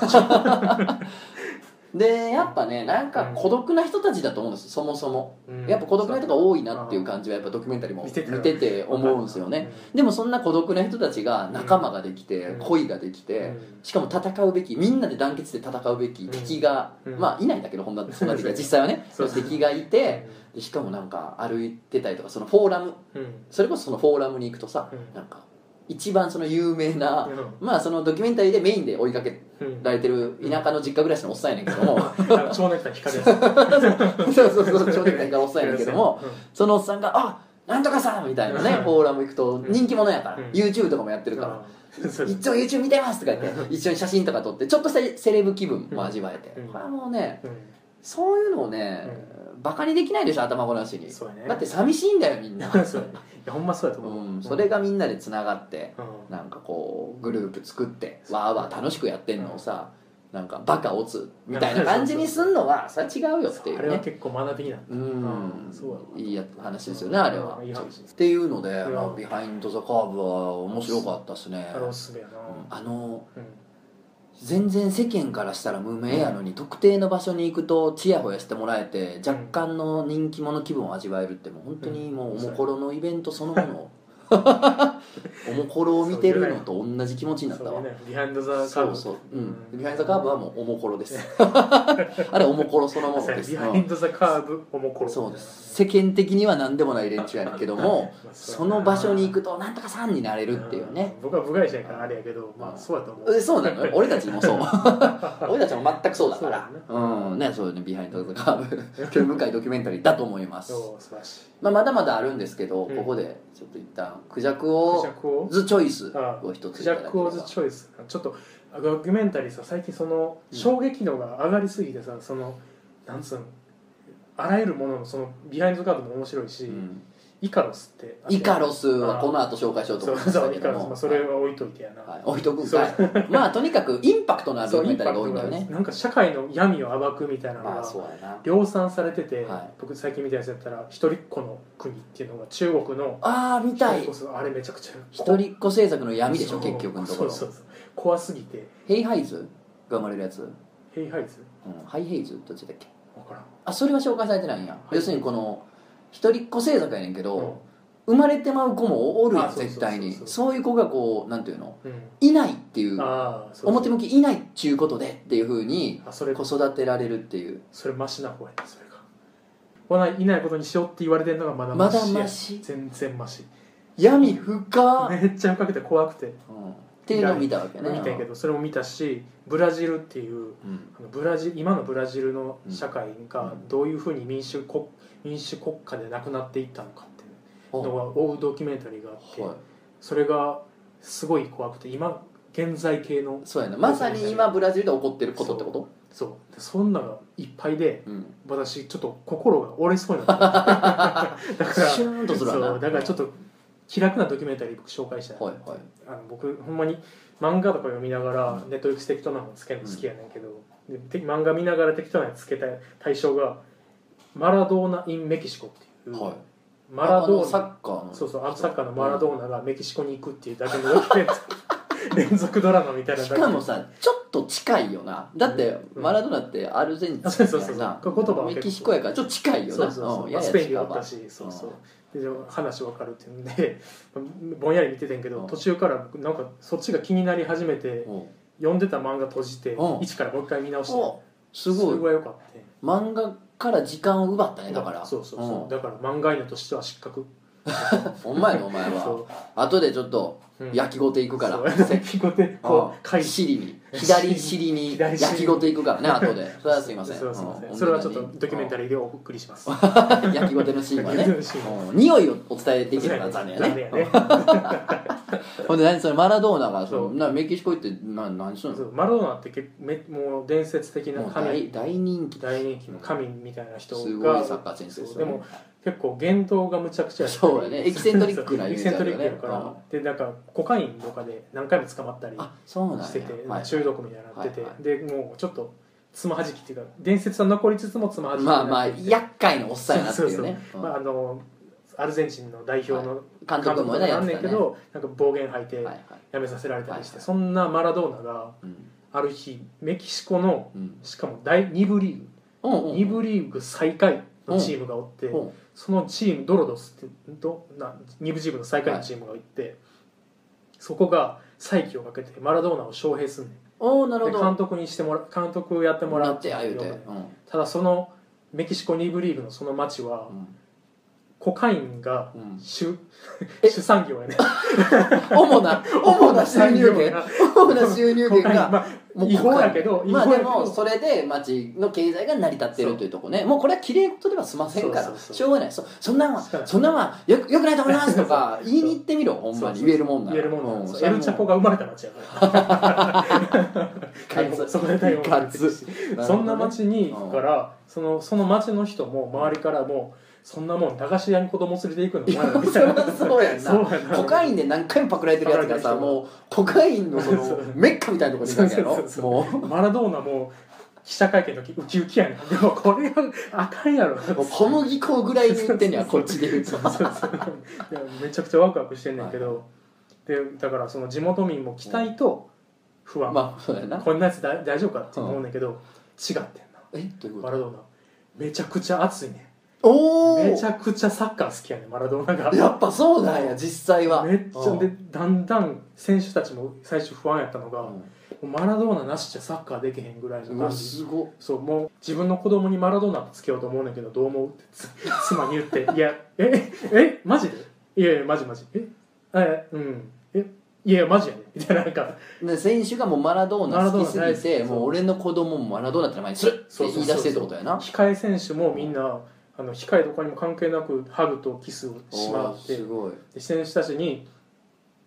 でやっぱねなんか孤独な人たちだと思うんですそもそも。やっぱ孤独な人が多いなっていう感じはやっぱドキュメンタリーも見てて思うんですよね。でもそんな孤独な人たちが仲間ができて恋ができて、しかも戦うべきみんなで団結で戦うべき敵がいないんだけどそんな敵は実際はね敵がいて、しかもなんか歩いてたりとかそのフォーラムそれこそそのフォーラムに行くとさなんか一番その有名なそのドキュメンタリーでメインで追いかけられてる田舎の実家暮らしのおっさんやねんけども蝶ネクタイ光るやつそう蝶ネクタイ光るおっさんやねんけどもそのおっさんが「あなんとかさん!」みたいなねフォーラム行くと人気者やから YouTube とかもやってるから「いつも YouTube 見てます!」とか言って一緒に写真とか撮ってちょっとしたセレブ気分も味わえてこれはもうねそういうのをねバカにできないでしょ頭ごなしに。だって寂しいんだよみんなほんまそうやと思う。それがみんなでつながってなんかこうグループ作ってわーわー楽しくやってんのをさなんかバカオツみたいな感じにすんのはそれは違うよっていうね。 あれは結構学びになった。 いい話ですよねあれは。っていうのでビハインド・ザ・カーブは面白かったですね。全然世間からしたら無名やのに特定の場所に行くとチヤホヤしてもらえて若干の人気者気分を味わえるってもう本当にもうおもころのイベントそのものおもころを見てるのと同じ気持ちになったわ。 ビハインド・ザ・カーブビハインド・ザ・カーブはもうおもころですあれおもころそのものです。 ビハインド・ザ・カーブおもころそうです。世間的には何でもない連中やねんけどもその場所に行くとなんとかさんになれるっていうね。 僕は部外者やからあれやけどそうやと思う。 そうなのよ俺たちもそう俺たちも全くそうだからそういうねビハインド・ザ・カーブ興味深いドキュメンタリーだと思います。まだまだあるんですけどここでちょっと一旦クジャクオズチョイスを一つクジャクオズチョイスちょっとドキュメンタリーさ最近その衝撃度が上がりすぎてさ、そのなんつうのあらゆるもののそのビハインドカードも面白いし、イカロスってイカロスはこの後紹介しようと思うんですけども、 そうイカロス、まあ、それは置いといてやな、 はい、置いとくんかいまあとにかくインパクトのあるドキュメンタリーが多いんだよね。 なんか社会の闇を暴くみたいなのが量産されてて、はい、僕最近見たやつやったら一人っ子の国っていうのが中国の見たいあれめちゃくちゃ一人っ子政策の闇でしょ結局のところ。 そう怖すぎて。 ヘイハイズが生まれるやつ。 ヘイハイズ、 ハイヘイズどっちだっけ分からん。 それは紹介されてないんや。要するにこの一人っ子政策やねんけど、生まれてまう子もおるやん絶対に。そういう子がこうなんていうの、いないっていう、表向きいないっちゅうことでっていうふうに子育てられるっていう。 それマシな方やね。それがいないことにしようって言われてるのがまだマシ。全然マシ。 闇深めっちゃ深くて怖くて、 っていうのを見たわけね。 見たけどそれも見たし、ブラジルっていう、今のブラジルの社会がどういうふうに民主国家でなくなっていったのかっていうのが追うドキュメンタリーがあって、それがすごい怖くて、今現在系のそうやな、まさに今ブラジルで起こってることってこと。 そんなのがいっぱいで、私ちょっと心が折れそうになっただからシューンとするわな。 だからちょっと気楽なドキュメンタリー僕紹介したい、僕ほんまに漫画とか読みながら、ネットフリックス適当なのつけるの好きやねんけど、漫画見ながら適当なのつけた対象がマラドーナ・イン・メキシコっていう、マラドーナサッカーのサッカーのマラドーナがメキシコに行くっていうだけのドキュメンタリー連続ドラマみたいな。 しかもさちょっと近いよな。だってマラドーナってアルゼンチンやな、メキシコやからちょっと近いよな。 スペインにおったし、で話分かるっていうんでぼんやり見ててんけど、途中からなんかそっちが気になり始めて、読んでた漫画閉じて一からもう一回見直して、すごいよかった。 漫画から時間を奪ったね。だからだから漫画犬としては失格。 お前は後でちょっと焼きごていくから、 焼きごてこう尻に左尻に焼きごていくからね後で。それはすいません。 それはちょっとドキュメンタリーでお送りします。 焼きごてのシーンはね匂いをお伝えできるから残念やね。ほんで何それマラドーナがメキシコ行って何するの。 マラドーナってもう伝説的な神、大人気の神みたいな人がすごいサッカー選手ですよね。 でも結構言動がむちゃくちゃそうやね、エキセントリックなイメージあるよね。 エキセントリックやからでなんかコカインとかで何回も捕まったりしてて、中毒みたいになってて、でもうちょっとつまはじきっていうか伝説は残りつつもつまはじきになってて、 厄介なおっさんやなっていうね。 アルゼンチンの代表の監督もねなんねんけど、なんか暴言吐いて辞めさせられたりして、そんなマラドーナがある日メキシコのしかも2部リーグ最下位のチームがおって、そのチームドロドスって2部チームの最下位のチームがいて、そこが再起をかけてマラドーナを招聘すんねん。 なるほど。 監督をやってもらって、ただそのメキシコ2部リーグのその町はコカインが主産業やね。主な収入源が違法やけど、 でもそれで町の経済が成り立ってるというとこね。もうこれはきれい事では済ませんからしょうがない。そんなんはよくないと思いますとか言いに行ってみろ。ほんまに言えるもんなら。 エルチャポが生まれた町やからそこで逮捕されてるし、そんな町にからその町の人も周りからもそんなもん駄菓子屋に子供連れて行くのお前らみたいな。 そうやんな。コカインで何回もパクられてるやつがさ、もうコカインのそのメッカみたいなとこにいたんやろ。もうマラドーナも記者会見の時ウキウキやねん。でもこれはあかんやろ。 小麦粉ぐらいに言ってんねやこっちで言うと。 めちゃくちゃワクワクしてんねんけど、でだからその地元民も期待と不安。 そうやな。 こんなやつ大丈夫かって思うねんけど、違ってんな。 どういうこと？ マラドーナめちゃくちゃ熱いねん。めちゃくちゃサッカー好きやねマラドーナが。 やっぱそうなんや実際は。 めっちゃでだんだん選手たちも最初不安やったのが、もうマラドーナなしじゃサッカーできへんぐらいの感じ。 すごい。 そうもう自分の子供にマラドーナってつけようと思うねんだけどどう思うって妻に言っていやマジでいやマジいやマジやねみたいななんか選手がもうマラドーナ好きすぎてもう俺の子供もマラドーナって名前にするって言い出してるってことやな。 控え選手もみんな控えとかにも関係なくハグとキスをしまって、で選手たちに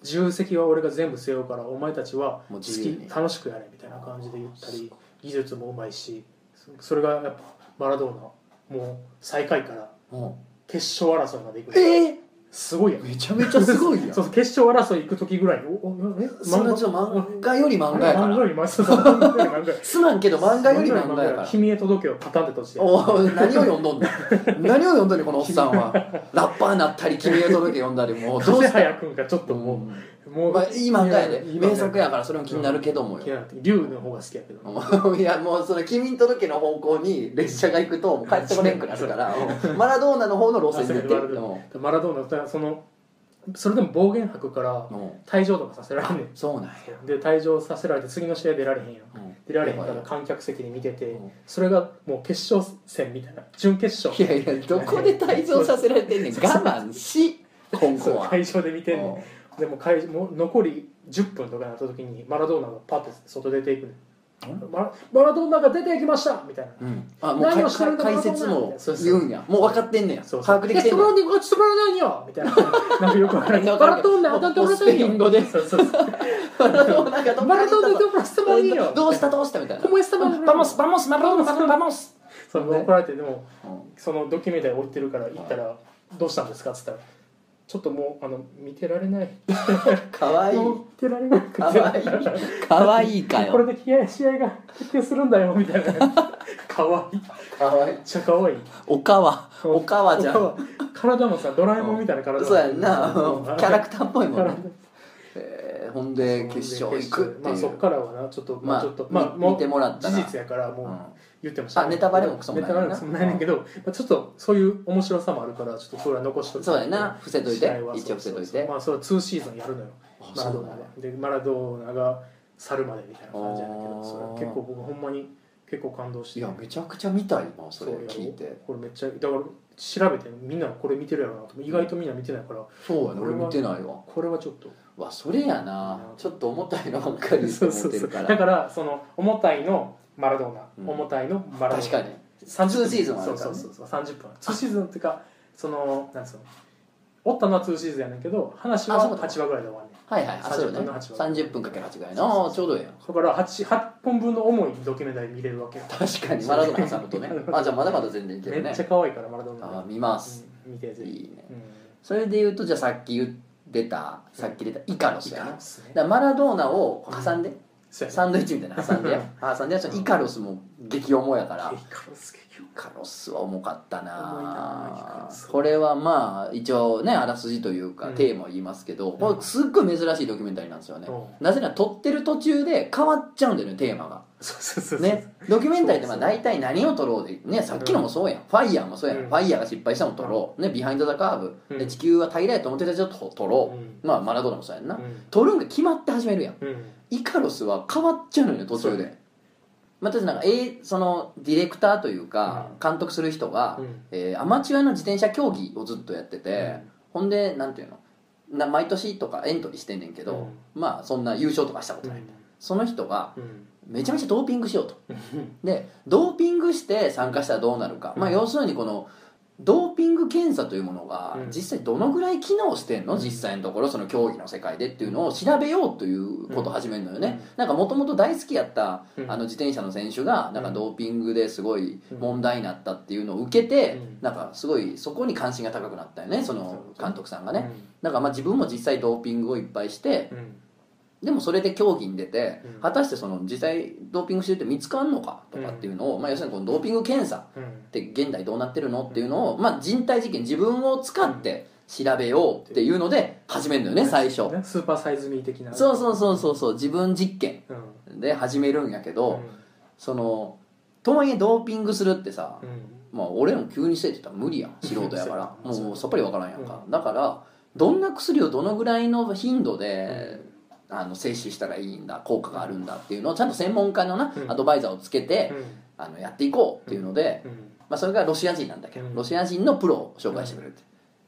重責は俺が全部背負うからお前たちはもう好き楽しくやれみたいな感じで言ったり、技術もうまいし、それがやっぱマラドーナもう最下位から決勝争いまで行く。すごいやん。 めちゃめちゃすごいやん。 そう決勝争い行く時ぐらいにそれはちょっと漫画より漫画やから。 漫画より漫画すまんけど漫画より漫画やから。 君へ届けをパタンって閉じて。 何を読んどんねん。何を読んどんねんこのおっさんは。ラッパーなったり君へ届け読んだりもうどうして早くんかちょっともうまあいい漫画やで。名作やからそれも気になるけどもよ。 龍の方が好きやけど。 いやもうその君に届けの方向に列車が行くともう帰ってこれんくなるから。マラドーナの方の路線で行ってる。 マラドーナそれでも暴言吐くから退場とかさせられんねん。 そうなんや。 で退場させられて次の試合出られへんやん。出られへんから観客席に見てて、それがもう決勝戦みたいな準決勝。 いやいやどこで退場させられてんねん。我慢し今後は。 会場で見てんねん。でも残り10分とかになった時にマラドーナがパッて外出ていくねん。マラドーナが出ていきましたみたいな。もう解説も言うんや。もう分かってんねや。把握できてんねや。 つまらないよみたいな。なんかよくわからない。マラドーナ当たってもらったんよ。 語で。マラドーナがどうしたみたいな。バモスマラドーナバモス。 怒られてでもそのドキュメンタリー置いてるから行ったらどうしたんですかっつったら。ちょっともう見てられない。 かわいい。 見てられなくて。 かわいいかよ。 これで試合が決定するんだよみたいな。かわいい。めっちゃかわいい。 おかわじゃん。 体もさドラえもんみたいな体。 そうやんな。キャラクターっぽいもんね。ほんで決勝行くっていう。 そっからはなちょっと見てもらったら事実やからもう。言ってました、 ネタバレもクソもないな。 ネタバレもクソもないねんけど、ちょっとそういう面白さもあるからちょっとそれは残しといて。 そうやな。伏せといて。一応伏せといて。 それは2シーズンやるのよ。マラドーナでマラドーナが去るまでみたいな感じやねんけど、それは結構僕ほんまに結構感動して。 いやめちゃくちゃ見たいなそれ聞いて。 これめっちゃだから調べてみんなこれ見てるやろなと。意外とみんな見てないから。 そうやね。俺見てないわ。 これはちょっと。 それやな。ちょっと重たいのばっかり思ってるから。 だからその重たいのマラドーナ、重たいのマラドーナ。 確かに。2シーズンあるから。 そう30分。2シーズンっていうかそのなんつうの。おったのは2シーズンやねんけど話は8話ぐらいで終わんねん。 はいそうね。30分かけ8ぐらいのちょうどええやん。 だから8本分の重いドキュメンタリー見れるわけ。 確かにマラドーナさんとね。じゃあまだまだ全然いけるね。 めっちゃ可愛いからマラドーナ。 見ます。 見てぜひ。 いいね。それで言うとじゃあさっき出たイカロスやな。だからマラドーナを挟んで。サンドイッチみたいな挟んでイカロスも激重やからイカロスは重かったな。これはまあ一応ねあらすじというかテーマを言いますけど、これすっごい珍しいドキュメンタリーなんですよね。なぜなら撮ってる途中で変わっちゃうんだよねテーマが。ね、ドキュメンタリーってまあ大体何を撮ろうでね、さっきのもそうやん。ファイヤーもそうやん。ファイヤーが失敗したのを撮ろうね、ビハインド・ザ・カーブで地球は平らやと思ってたやつを撮ろう。まあマラドーナもそうやんな。撮るんが決まって始めるやん。イカロスは変わっちゃうのよ途中で。またなんかそのディレクターというか監督する人がアマチュアの自転車競技をずっとやってて、ほんでなんていうの毎年とかエントリーしてんねんけど、まあそんな優勝とかしたことないみたいな。その人がめちゃめちゃドーピングしようと。でドーピングして参加したらどうなるか、まあ要するにこのドーピング検査というものが実際どのぐらい機能してんの、実際のところその競技の世界でっていうのを調べようということを始めるのよね。なんかもともと大好きやった自転車の選手がなんかドーピングですごい問題になったっていうのを受けて、なんかすごいそこに関心が高くなったよね、その監督さんがね。だからまあ自分も実際ドーピングをいっぱいして、でもそれで競技に出て果たしてその実際ドーピングしてるって見つかんのかとかっていうのを、まあ要するにこのドーピング検査って現代どうなってるのっていうのを、まあ人体実験自分を使って調べようっていうので始めるのよね最初。 スーパーサイズミー的な。 そう自分実験で始めるんやけど、そのとはいえドーピングするってさ、まあ俺も急にしてって言ったら無理やん、素人やからもうさっぱりわからんやんか。だからどんな薬をどのぐらいの頻度で摂取したらいいんだ、効果があるんだっていうのをちゃんと専門家のなアドバイザーをつけてやっていこうっていうので、まあそれがロシア人なんだけど、ロシア人のプロを紹介してくれるって。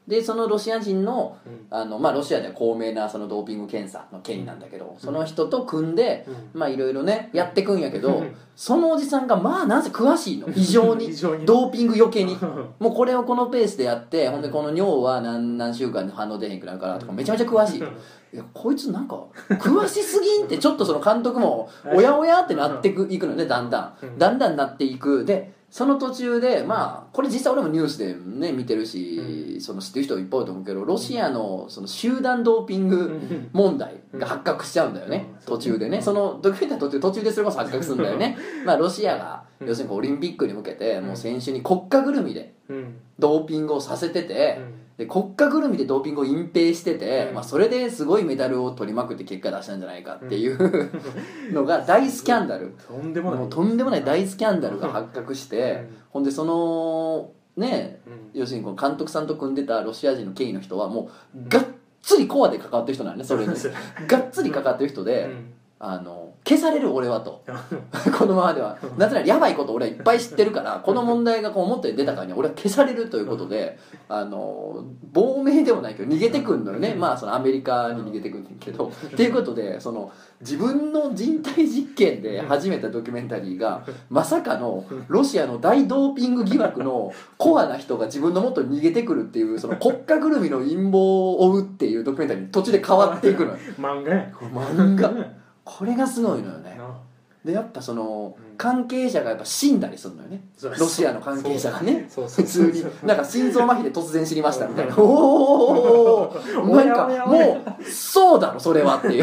でそのロシア人の、ロシアでは高名なそのドーピング検査の権威なんだけど、その人と組んで、いろいろねやってくんやけど、そのおじさんがなんせ詳しいの異常にドーピング余計にもうこれをこのペースでやって、ほんでこの尿は何週間で反応出へんくなるからとかめちゃめちゃ詳しい。いやこいつなんか詳しすぎんってちょっとその監督もおやおやってなっていくのね、だんだんなっていく。でその途中でこれ実際俺もニュースでね見てるし、その知ってる人いっぱいいると思うけど、ロシアのその集団ドーピング問題が発覚しちゃうんだよね、途中でね。そのドキュメンタリー途中でそれこそ発覚するんだよね。ロシアが要するにオリンピックに向けてもう選手に国家ぐるみでドーピングをさせてて、で国家ぐるみでドーピングを隠蔽してて、それですごいメダルを取りまくって結果出したんじゃないかっていうのが大スキャンダル、 とんでもない大スキャンダルが発覚して、ほんでそのね、要するにこの監督さんと組んでたロシア人の権威の人はもうがっつりコアで関わってる人なんね、それにがっつり関わってる人で、消される俺はとこのままではなぜならやばいこと俺はいっぱい知ってるから、この問題がこう表に出たからには俺は消されるということで、亡命でもないけど逃げてくんのよね。そのアメリカに逃げてくんねんけどっていうことで、その自分の人体実験で始めたドキュメンタリーがまさかのロシアの大ドーピング疑惑のコアな人が自分の元に逃げてくるっていう、その国家ぐるみの陰謀を追うっていうドキュメンタリーに途中で変わっていくのよ。漫画これがすごいのよね。でやっぱその関係者がやっぱ死んだりするのよね、ロシアの関係者がね。普通になんか心臓麻痺で突然死にましたみたいな、おおなんかもうそうだろそれはっていう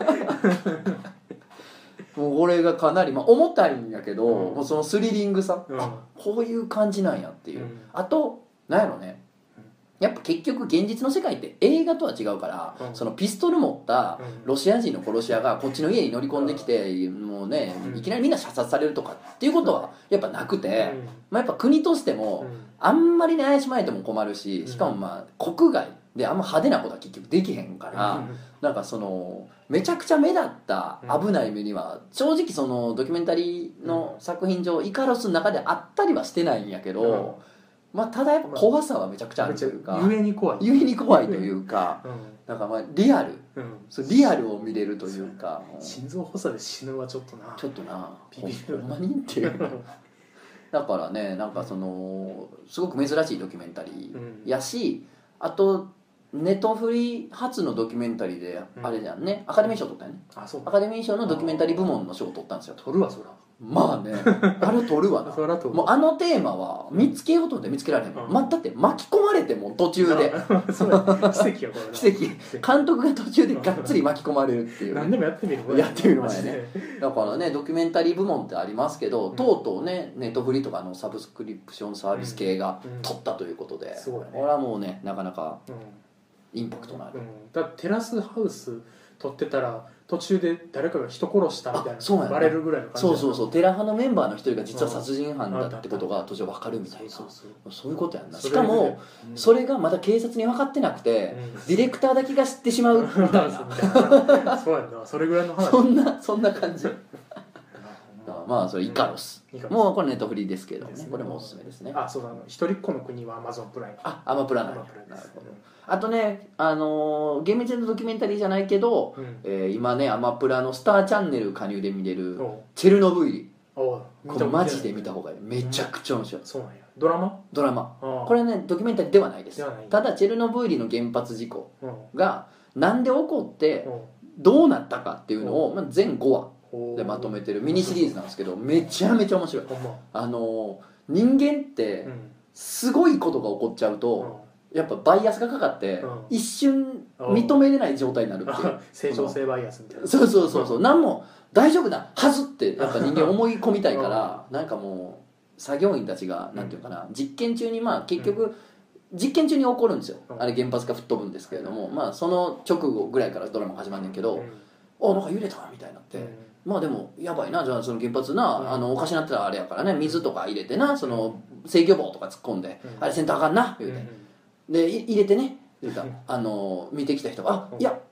もうこれがかなり重たいんやけど、もうそのスリリングさ、こういう感じなんやっていう。あとなんやろね、やっぱ結局現実の世界って映画とは違うから、そのピストル持ったロシア人の殺し屋がこっちの家に乗り込んできて、もうねいきなりみんな射殺されるとかっていうことはやっぱなくて、やっぱ国としてもあんまりね怪しまれても困るし、しかも国外であんま派手なことは結局できへんから、なんかそのめちゃくちゃ目立った危ない目には正直そのドキュメンタリーの作品上イカロスの中であったりはしてないんやけど、ただやっぱ怖さはめちゃくちゃあるというか、 ゆえに怖いというか、なんかリアル、リアルを見れるというか、 心臓発作で死ぬはちょっとなビビるほんまにっていうだからね、なんかそのすごく珍しいドキュメンタリーやし、あとネトフリ初のドキュメンタリーであれじゃんね、アカデミー賞取ったよね。アカデミー賞のドキュメンタリー部門の賞を取ったんですよ。 取るわそら。 あれ取るわなもうあのテーマは見つけようと思って見つけられへん、だって巻き込まれても途中で奇跡やこれ奇跡、監督が途中でがっつり巻き込まれるっていう、 何でもやってみる前ね。だからねドキュメンタリー部門ってありますけど、とうとうねネットフリとかのサブスクリプションサービス系が取ったということで、これはもうねなかなかインパクトのある。 だってテラスハウス撮ってたら途中で誰かが人殺したみたいなバレるぐらいの感じ。 そうテラ派のメンバーの一人が実は殺人犯だってことが途中分かるみたいな、そういうことやんな。しかもそれがまだ警察に分かってなくて、ディレクターだけが知ってしまうみたいなそうやんな、それぐらいの話。 そんな感じそれイカロス、もうこれネットフリですけどね、これもおすすめですね。 そうだ、一人っ子の国はアマゾンプライム。 アマプラなるほど。あとね厳密なドキュメンタリーじゃないけど、今ねアマプラのスターチャンネル加入で見れるチェルノブイリ、これマジで見た方がいい、めちゃくちゃ面白い。 そうなんや。ドラマこれねドキュメンタリーではないです。ただチェルノブイリの原発事故がなんで起こってどうなったかっていうのを全5話でまとめてるミニシリーズなんですけど、めちゃめちゃ面白い。人間ってすごいことが起こっちゃうとやっぱバイアスがかかって一瞬認めれない状態になるっていう、 正常性バイアスみたいな。 そう何も大丈夫なはずってやっぱ人間思い込みたいからなんかもう作業員たちがなんていうかな、実験中に結局実験中に起こるんですよ、あれ原発が吹っ飛ぶんですけれども、その直後ぐらいからドラマ始まんねんけど、なんか揺れたみたいになって、でもやばいな、じゃあその原発なおかしなってたらあれやからね、水とか入れてな、その制御棒とか突っ込んで、あれせんとあかんな言うて、で入れてね言うた見てきた人が「いや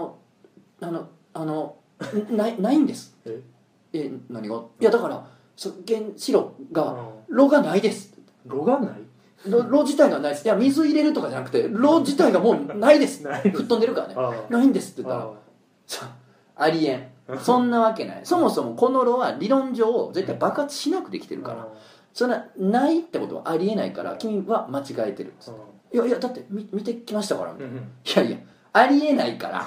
ないんです」何が？いやだから原子炉が炉がないです。 炉がない？ 炉自体がないです。いや水入れるとかじゃなくて炉自体がもうないです吹っ飛んでるからね。ないんですって言ったらありえん、そんなわけない。そもそもこの炉は理論上絶対爆発しなくできてるから、そんなないってことはありえないから君は間違えてる。いやいやだって見てきましたからみたいな、いやいやありえないから、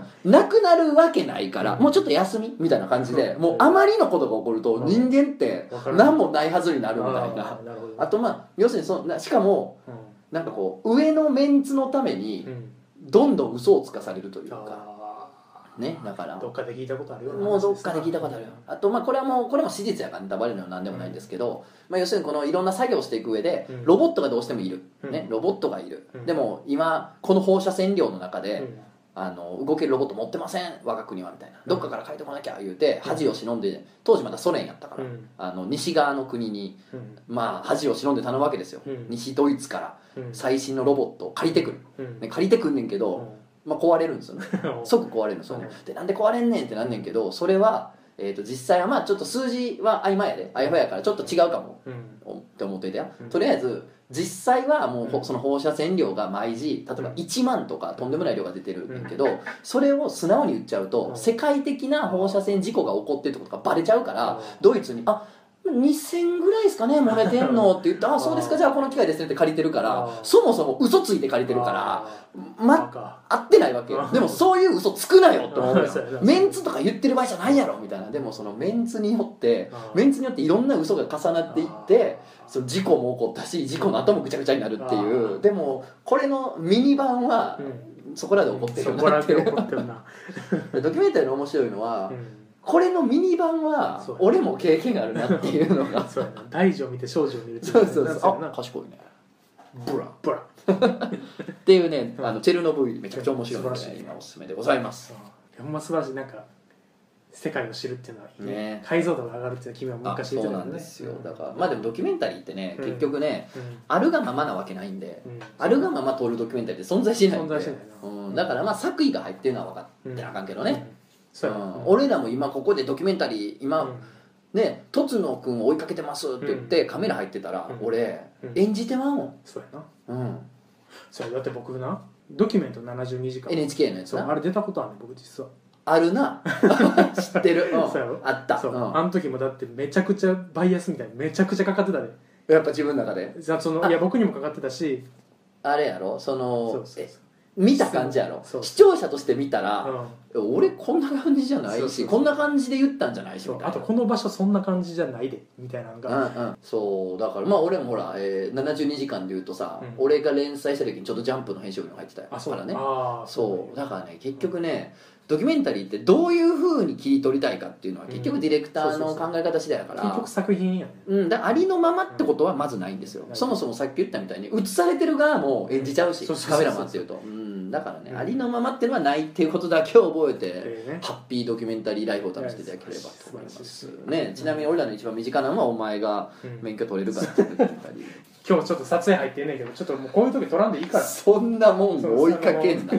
なくなるわけないから、もうちょっと休みみたいな感じで、もうあまりのことが起こると人間って何もないはずになるみたいな。あとまあ要するにしかもなんかこう上のメンツのためにどんどん嘘をつかされるというかね、だからどっかで聞いたことあるよ。 もうどっかで聞いたことあるよ。あとまあこれも史実やからネタバレるのは何でもないんですけど、まあ要するにこのいろんな作業をしていく上でロボットがどうしてもいる、ね、ロボットがいる。でも今この放射線量の中で動けるロボット持ってません我が国はみたいな、どっかから書いてこなきゃ言うて恥を忍んで、当時まだソ連やったから西側の国にまあ恥を忍んで頼むわけですよ。西ドイツから最新のロボットを借りてくる、借りてくんねんけどまあ壊れるんですよね即壊れるんですよね。でなんで壊れんねんってなんねんけど、それは実際はまあちょっと数字は曖昧やで曖昧やからちょっと違うかもって思っていたよ。とりあえず実際はもうその放射線量が毎時例えば1万とかとんでもない量が出てるんだけど、それを素直に言っちゃうと世界的な放射線事故が起こってるってことがバレちゃうから、ドイツに2000ぐらいですかね漏れてんのって言ってそうですかじゃあこの機械ですねって借りてるから、そもそも嘘ついて借りてるから合ってないわけよ。でもそういう嘘つくなよって思うよメンツとか言ってる場合じゃないやろみたいな。でもそのメンツによっていろんな嘘が重なっていってその事故も起こったし事故の後もぐちゃぐちゃになるっていう。でもこれのミニ版はそこらで起こってるなっていうドキュメンタリーの面白いのはこれのミニ版は俺も経験があるなっていうのがそうやな、大事を見て小事を見るっていう。 そうそうそう、賢いねブラブラっていうねチェルノブイリめちゃくちゃ面白いので、ね、今おすすめでございます。 ほんま素晴らしい。なんか世界を知るっていうのは、ね、解像度が上がるっていうのは君は昔言ってたよね。 そうなんですよ。だからまあでもドキュメンタリーってね、結局ね、あるがままなわけないんで、あるがまま撮るドキュメンタリーって存在しないんで、だからまあ作為が入ってるのは分かってなあかんけどね。俺らも今ここでドキュメンタリー今ねとつのくんを追いかけてますって言ってカメラ入ってたら俺演じてまうもん。 そうやな。そうだって僕なドキュメント72時間 NHK のやつなあれ出たことあるね僕実は。 あるな知ってるあったあの時もだってめちゃくちゃバイアスみたいにめちゃくちゃかかってたで。 やっぱ自分の中でいや僕にもかかってたしあれやろ見た感じやろ。視聴者として見たら俺こんな感じじゃないしこんな感じで言ったんじゃないしみたいな。 あとこの場所そんな感じじゃないでみたいなのがそうだからまあ俺もほら72時間で言うとさ俺が連載した時にちょっとジャンプの編集部に入ってたからね。そうだからね結局ねドキュメンタリーってどういう風に切り取りたいかっていうのは結局ディレクターの考え方次第だから結局作品やね。 だからありのままってことはまずないんですよ。そもそもさっき言ったみたいに映されてる側も演じちゃうしカメラマンっていうとだからねありのままっていうのはないっていうことだけを覚えてハッピードキュメンタリーライフを楽しんでいただければと思いますね。ちなみに俺らの一番身近なのはお前が免許取れるからってドキュメンタリー今日ちょっと撮影入ってんねんけどちょっともうこういう時撮らんでいいからそんなもん追いかけんな。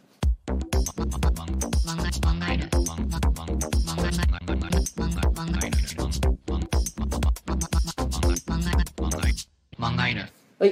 はい、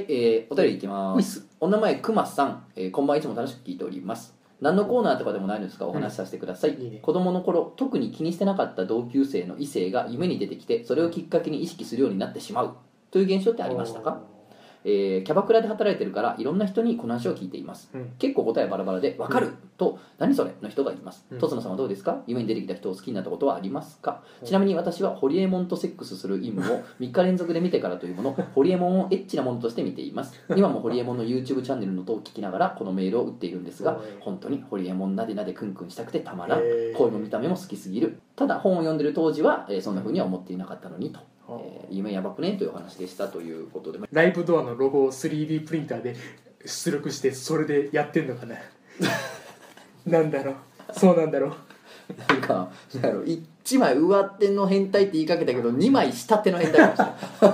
お便りいきます。お名前くまさん、こんばんいつも楽しく聞いております。何のコーナーとかでもないのですがお話しさせてください。いいね、子供の頃特に気にしてなかった同級生の異性が夢に出てきてそれをきっかけに意識するようになってしまうという現象ってありましたか？キャバクラで働いてるからいろんな人にこの話を聞いています、結構答えバラバラで分かる、と何それの人がいます。とつのさんはどうですか？夢に出てきた人を好きになったことはありますか？ちなみに私はホリエモンとセックスする임무を3日連続で見てからというものホリエモンをエッチなものとして見ています。今もホリエモンの YouTube チャンネルの音を聞きながらこのメールを打っているんですが本当にホリエモンなでなでクンクンしたくてたまらん。声も見た目も好きすぎる。ただ本を読んでる当時は、そんな風には思っていなかったのにと。夢やばくねというお話でしたということでライブドアのロゴを 3D プリンターで出力してそれでやってんのかななんだろうそうなんだろうなんか1枚上手の変態って言いかけたけど2枚下手の変態かもしれ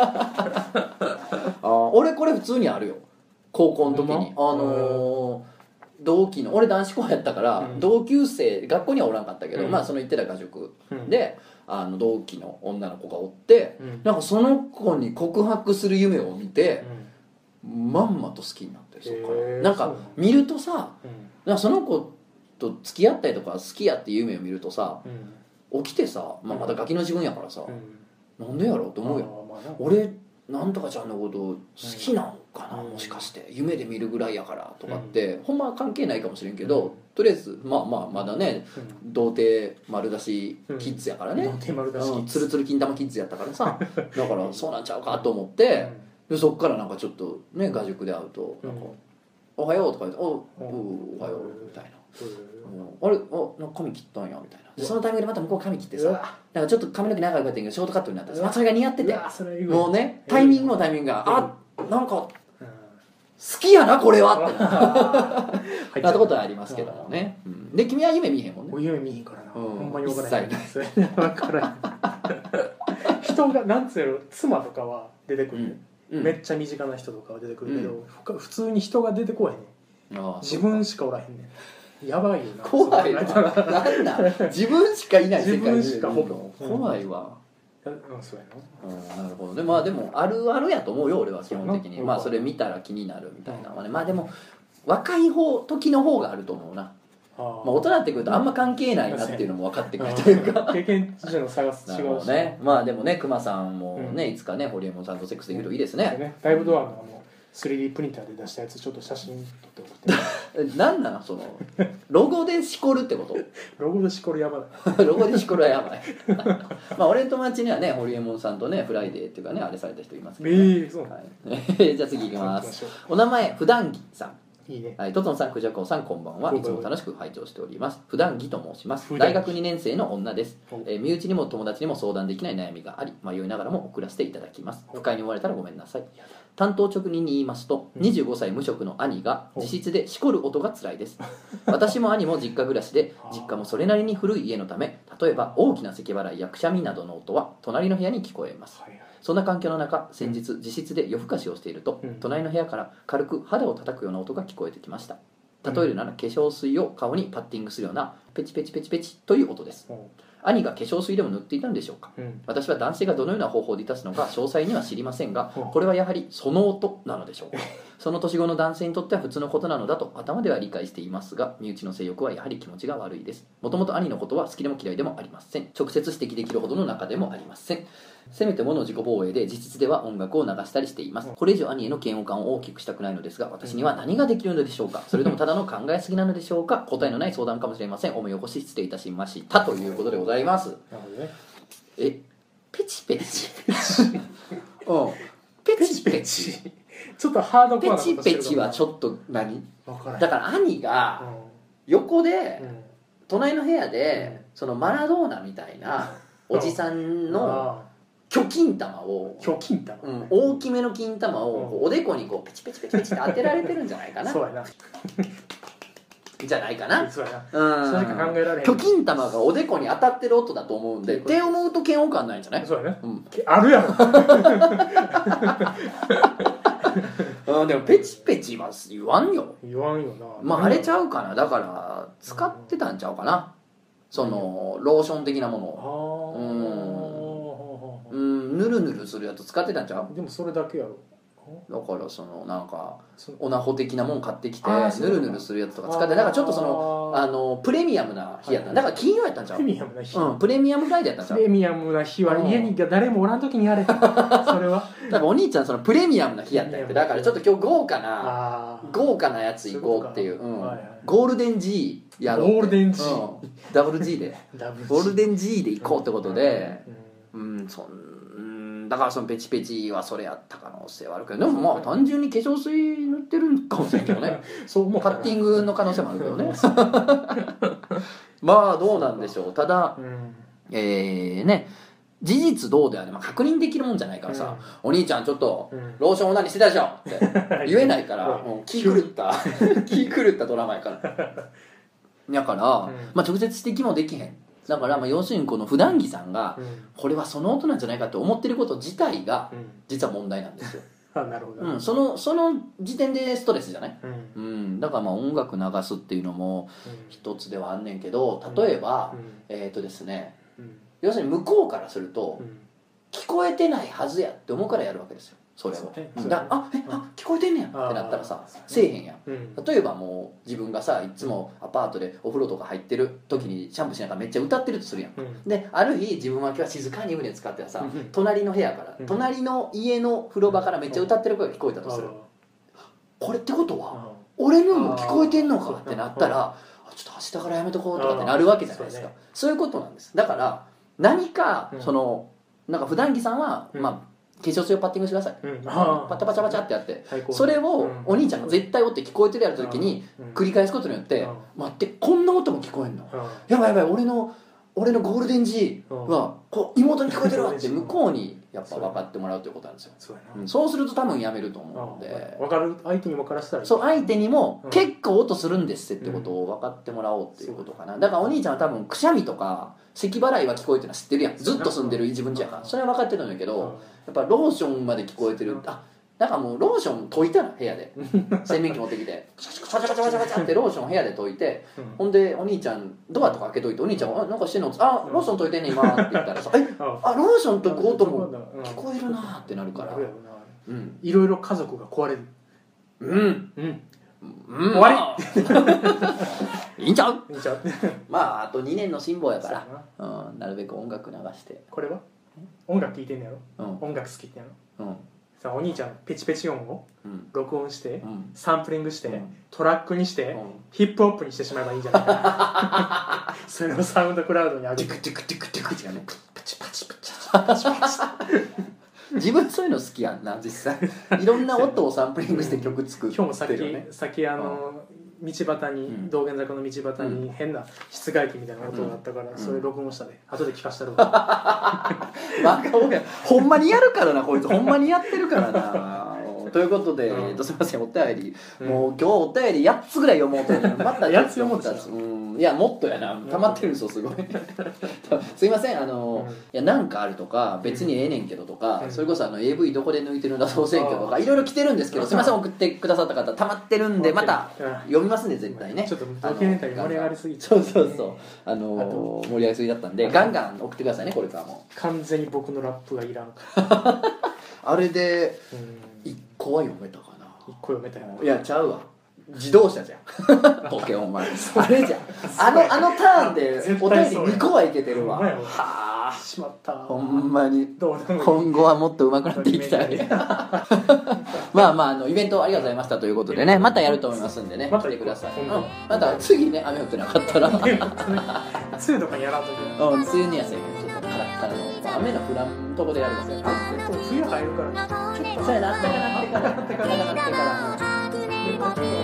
ない俺これ普通にあるよ。高校の時に同期の俺男子校やったから、同級生学校にはおらんかったけど、まあその行ってた画塾で、同期の女の子がおって、なんかその子に告白する夢を見て、 まんまと好きになってそっからなんか見るとさ、なんかその子と付き合ったりとか好きやっていう夢を見るとさ、起きてさ、まだガキの自分やからさ、なんでやろうと思うよ。俺なんとかちゃんのこと好きなんかな、もしかして夢で見るぐらいやからとかって、ほんまは関係ないかもしれんけど、とりあえずまだね、童貞丸出しキッズやからね、ツルツル金玉キッズやったからさ、だからそうなんちゃうかと思って、でそっからなんかちょっとね画塾で会うとなんか「おはよう」とか言って「おはよう」みたいな。あれなんか髪切ったんやみたいな。そのタイミングでまた向こう髪切ってさ、なんかちょっと髪の毛長くなってんけどショートカットになったら、それが似合ってて、もうねタイミングがなんか好きやなこれはってなったことはありますけどもね。で君は夢見えへんもんね。 夢見えへんからな、ほんまに分からへん。分からへん。人がなんつうやろ、妻とかは出てくる、めっちゃ身近な人とかは出てくるけど、普通に人が出てこへんねん。自分しかおらへんねん。やばいよな。 怖いわ。なんだ自分しかいない世界に怖いわ。 そうやな。なるほど。でもあるあるやと思うよ俺は基本的に。それ見たら気になるみたいなのはね。でも若い時の方があると思うな。大人ってくるとあんま関係ないなっていうのも分かってくるというか、 経験値の差が違うしね。でもね熊さんもね、いつかねホリエモンさんとセックスできるといいですね。 ライブドアの3D プリンターで出したやつちょっと写真撮って送って何なのそのロゴでしこるってこと？ ロゴでしこるやばい。 ロゴでしこるはやばい。俺の友達にはねホリエモンさんとねフライデーっていうかねあれされた人いますけど、 そう、 じゃあ次いきます。お名前普段着さん。 いいね。 はい、とつのさん、くじゃこうさん、こんばんは。いつも楽しく拝聴しております。普段着と申します。大学2年生の女です。身内にも友達にも相談できない悩みがあり、迷いながらも送らせていただきます。不快に思われたらごめんなさい。担当直入に言いますと、25歳無職の兄が自室でしこる音が辛いです。私も兄も実家暮らしで、実家もそれなりに古い家のため、例えば大きな咳払いやくしゃみなどの音は隣の部屋に聞こえます。そんな環境の中、先日自室で夜更かしをしていると、隣の部屋から軽く肌を叩くような音が聞こえてきました。例えるなら化粧水を顔にパッティングするようなペチペチペチペチという音です。兄が化粧水でも塗っていたんでしょうか。私は男性がどのような方法でいたすのか詳細には知りませんが、これはやはりその音なのでしょうか。その年頃の男性にとっては普通のことなのだと頭では理解していますが、身内の性欲はやはり気持ちが悪いです。もともと兄のことは好きでも嫌いでもありません。直接指摘できるほどの仲でもありません。せめてもの自己防衛で自室では音楽を流したりしています。これ以上兄への嫌悪感を大きくしたくないのですが、私には何ができるのでしょうか。それともただの考えすぎなのでしょうか。答えのない相談かもしれません。お目起こし失礼いたしましたということでございます。 なるほどね。 ペチペチペチペチちょっとハードコアなことしてるかも。 ペチペチはちょっと何だから兄が横で隣の部屋でそのマラドーナみたいなおじさんの巨金玉を大きめの金玉をおでこにこうペチペチペチペチって当てられてるんじゃないかな。 そうやな。 じゃないかな。 そうやな。それしか考えられへん。 巨金玉がおでこに当たってる音だと思うんで、って思うと嫌悪感ないんじゃない？ そうやね。あるやろ。でもペチペチは言わんよ。 言わんよな。 あれちゃうかな。だから使ってたんちゃうかな。そのローション的なものを。ぬるぬるするやつ使ってたんちゃう？ でもそれだけやろ。 だからそのなんかオナホ的なもん買ってきてぬるぬるするやつとか使って、なんかちょっとそのプレミアムな日やったんだから金曜やったんちゃう？ プレミアムな日、 プレミアムフライデーやったんちゃう？ プレミアムな日は家に誰もおらん時にやれ。それはだからお兄ちゃんそのプレミアムな日やったんやって、だからちょっと今日豪華なやつ行こうっていう、ゴールデン G やろうって、 ゴールデン G、 ダブル G でゴールデン G で行こうってことで、だからそのペチペチはそれやった可能性はあるけど、でも単純に化粧水塗ってるかもしれんけどね。そうパッティングの可能性もあるけどね。どうなんでしょう。ただ、ね、事実どうであれば確認できるもんじゃないからさ、お兄ちゃんちょっとローションを何してたでしょって言えないから気狂ったドラマやから。だから、直接指摘もできへん。だから要するにこの普段着さんがこれはその音なんじゃないかって思ってること自体が実は問題なんですよ。 なるほど。 その時点でストレスじゃない？だから音楽流すっていうのも一つではあんねんけど、例えばですね、要するに向こうからすると聞こえてないはずやって思うからやるわけですよ。 それをだ聞こえてんねやってなったらさせえへんやん。例えばもう自分がさいつもアパートでお風呂とか入ってる時にシャンプーしながらめっちゃ歌ってるとするやん。である日自分は今日は静かに湯船使ってさ隣の部屋から隣の家の風呂場からめっちゃ歌ってる声が聞こえたとする。これってことは俺にも聞こえてんのかってなったらちょっと明日からやめとこうとかってなるわけじゃないですか。そういうことなんです。だから何かそのなんか普段着さんはまあ化粧水をパッティングしてください、パチャパチャパチャってやって、それをお兄ちゃんが絶対おって聞こえてるやる時に繰り返すことによって、待ってこんな音も聞こえんの、やばいやばい俺のゴールデン G はこう妹に聞こえてるわって向こうにやっぱ分かってもらうということなんですよ。そうすると多分やめると思うので、 分かる相手にも分からせたらいい。 そう相手にも結構音するんですってことを分かってもらおうっていうことかな。だからお兄ちゃんは多分くしゃみとか咳払いは聞こえてるのは知ってるやん。ずっと住んでる自分家やからそれは分かってるんだけど、やっぱローションまで聞こえてる。なんかもうローション溶いたら部屋で洗面器持ってきてパチャパチャパチャパチャパチャってローション部屋で溶いて、ほんでお兄ちゃんドアとか開けといて、お兄ちゃんなんかしてんの、ローション溶いてんねん今って言ったらさローション溶く音も聞こえるなってなるから、 いろいろ家族が壊れる。 終わりいいんちゃうまああと2年の辛抱やから、なるべく音楽流して。 これは音楽聴いてんのやろ、音楽好きってやろ、さあお兄ちゃんペチペチ音を録音して、サンプリングして、トラックにして、ヒップホップにしてしまえばいいんじゃないかなそれをサウンドクラウドに上げてティクティクティクティクってねパチパチパチパチパチ自分そういうの好きやんな実際。いろんな音をサンプリングして曲作ってるよね。 今日もさっき道端に、道玄坂の道端に変な室外機みたいな音があったから、それ録音したで、後で聞かしたるわほんまにやるからなこいつ、ほんまにやってるからなということで、すいませんお便り、もう今日お便り8つぐらい読もうと思ってまた 8つ読もうとした。 いやもっとやな溜まってるんですよすごいすいませんいやなんかあるとか別にええねんけどとか、それこそAV どこで抜いてるんだ総選挙とかいろいろ来てるんですけど、すいません送ってくださった方溜まってるんでまた読みますね絶対ね。 ちょっとドキュメンタリー盛り上がりすぎて、 そう盛り上がりすぎだったんでガンガン送ってくださいねこれからも。 完全に僕のラップがいらんからあれで1個は読めたかな。 1個読めたよ。 いやちゃうわ自動車じゃんボケお前あれじゃんあのターンでお便り2個はいけてるわ。はあしまった。 ほんまに今後はもっと上手くなっていきたいまあイベントありがとうございましたということでね、またやると思いますんでね来てください。また次ね雨降ってなかったら梅雨とかにやらんとき梅雨にやせんちょっとカラッカラの雨の降らんとこでやるんですよ。 梅雨入るからちょっとそうやなあったかなってから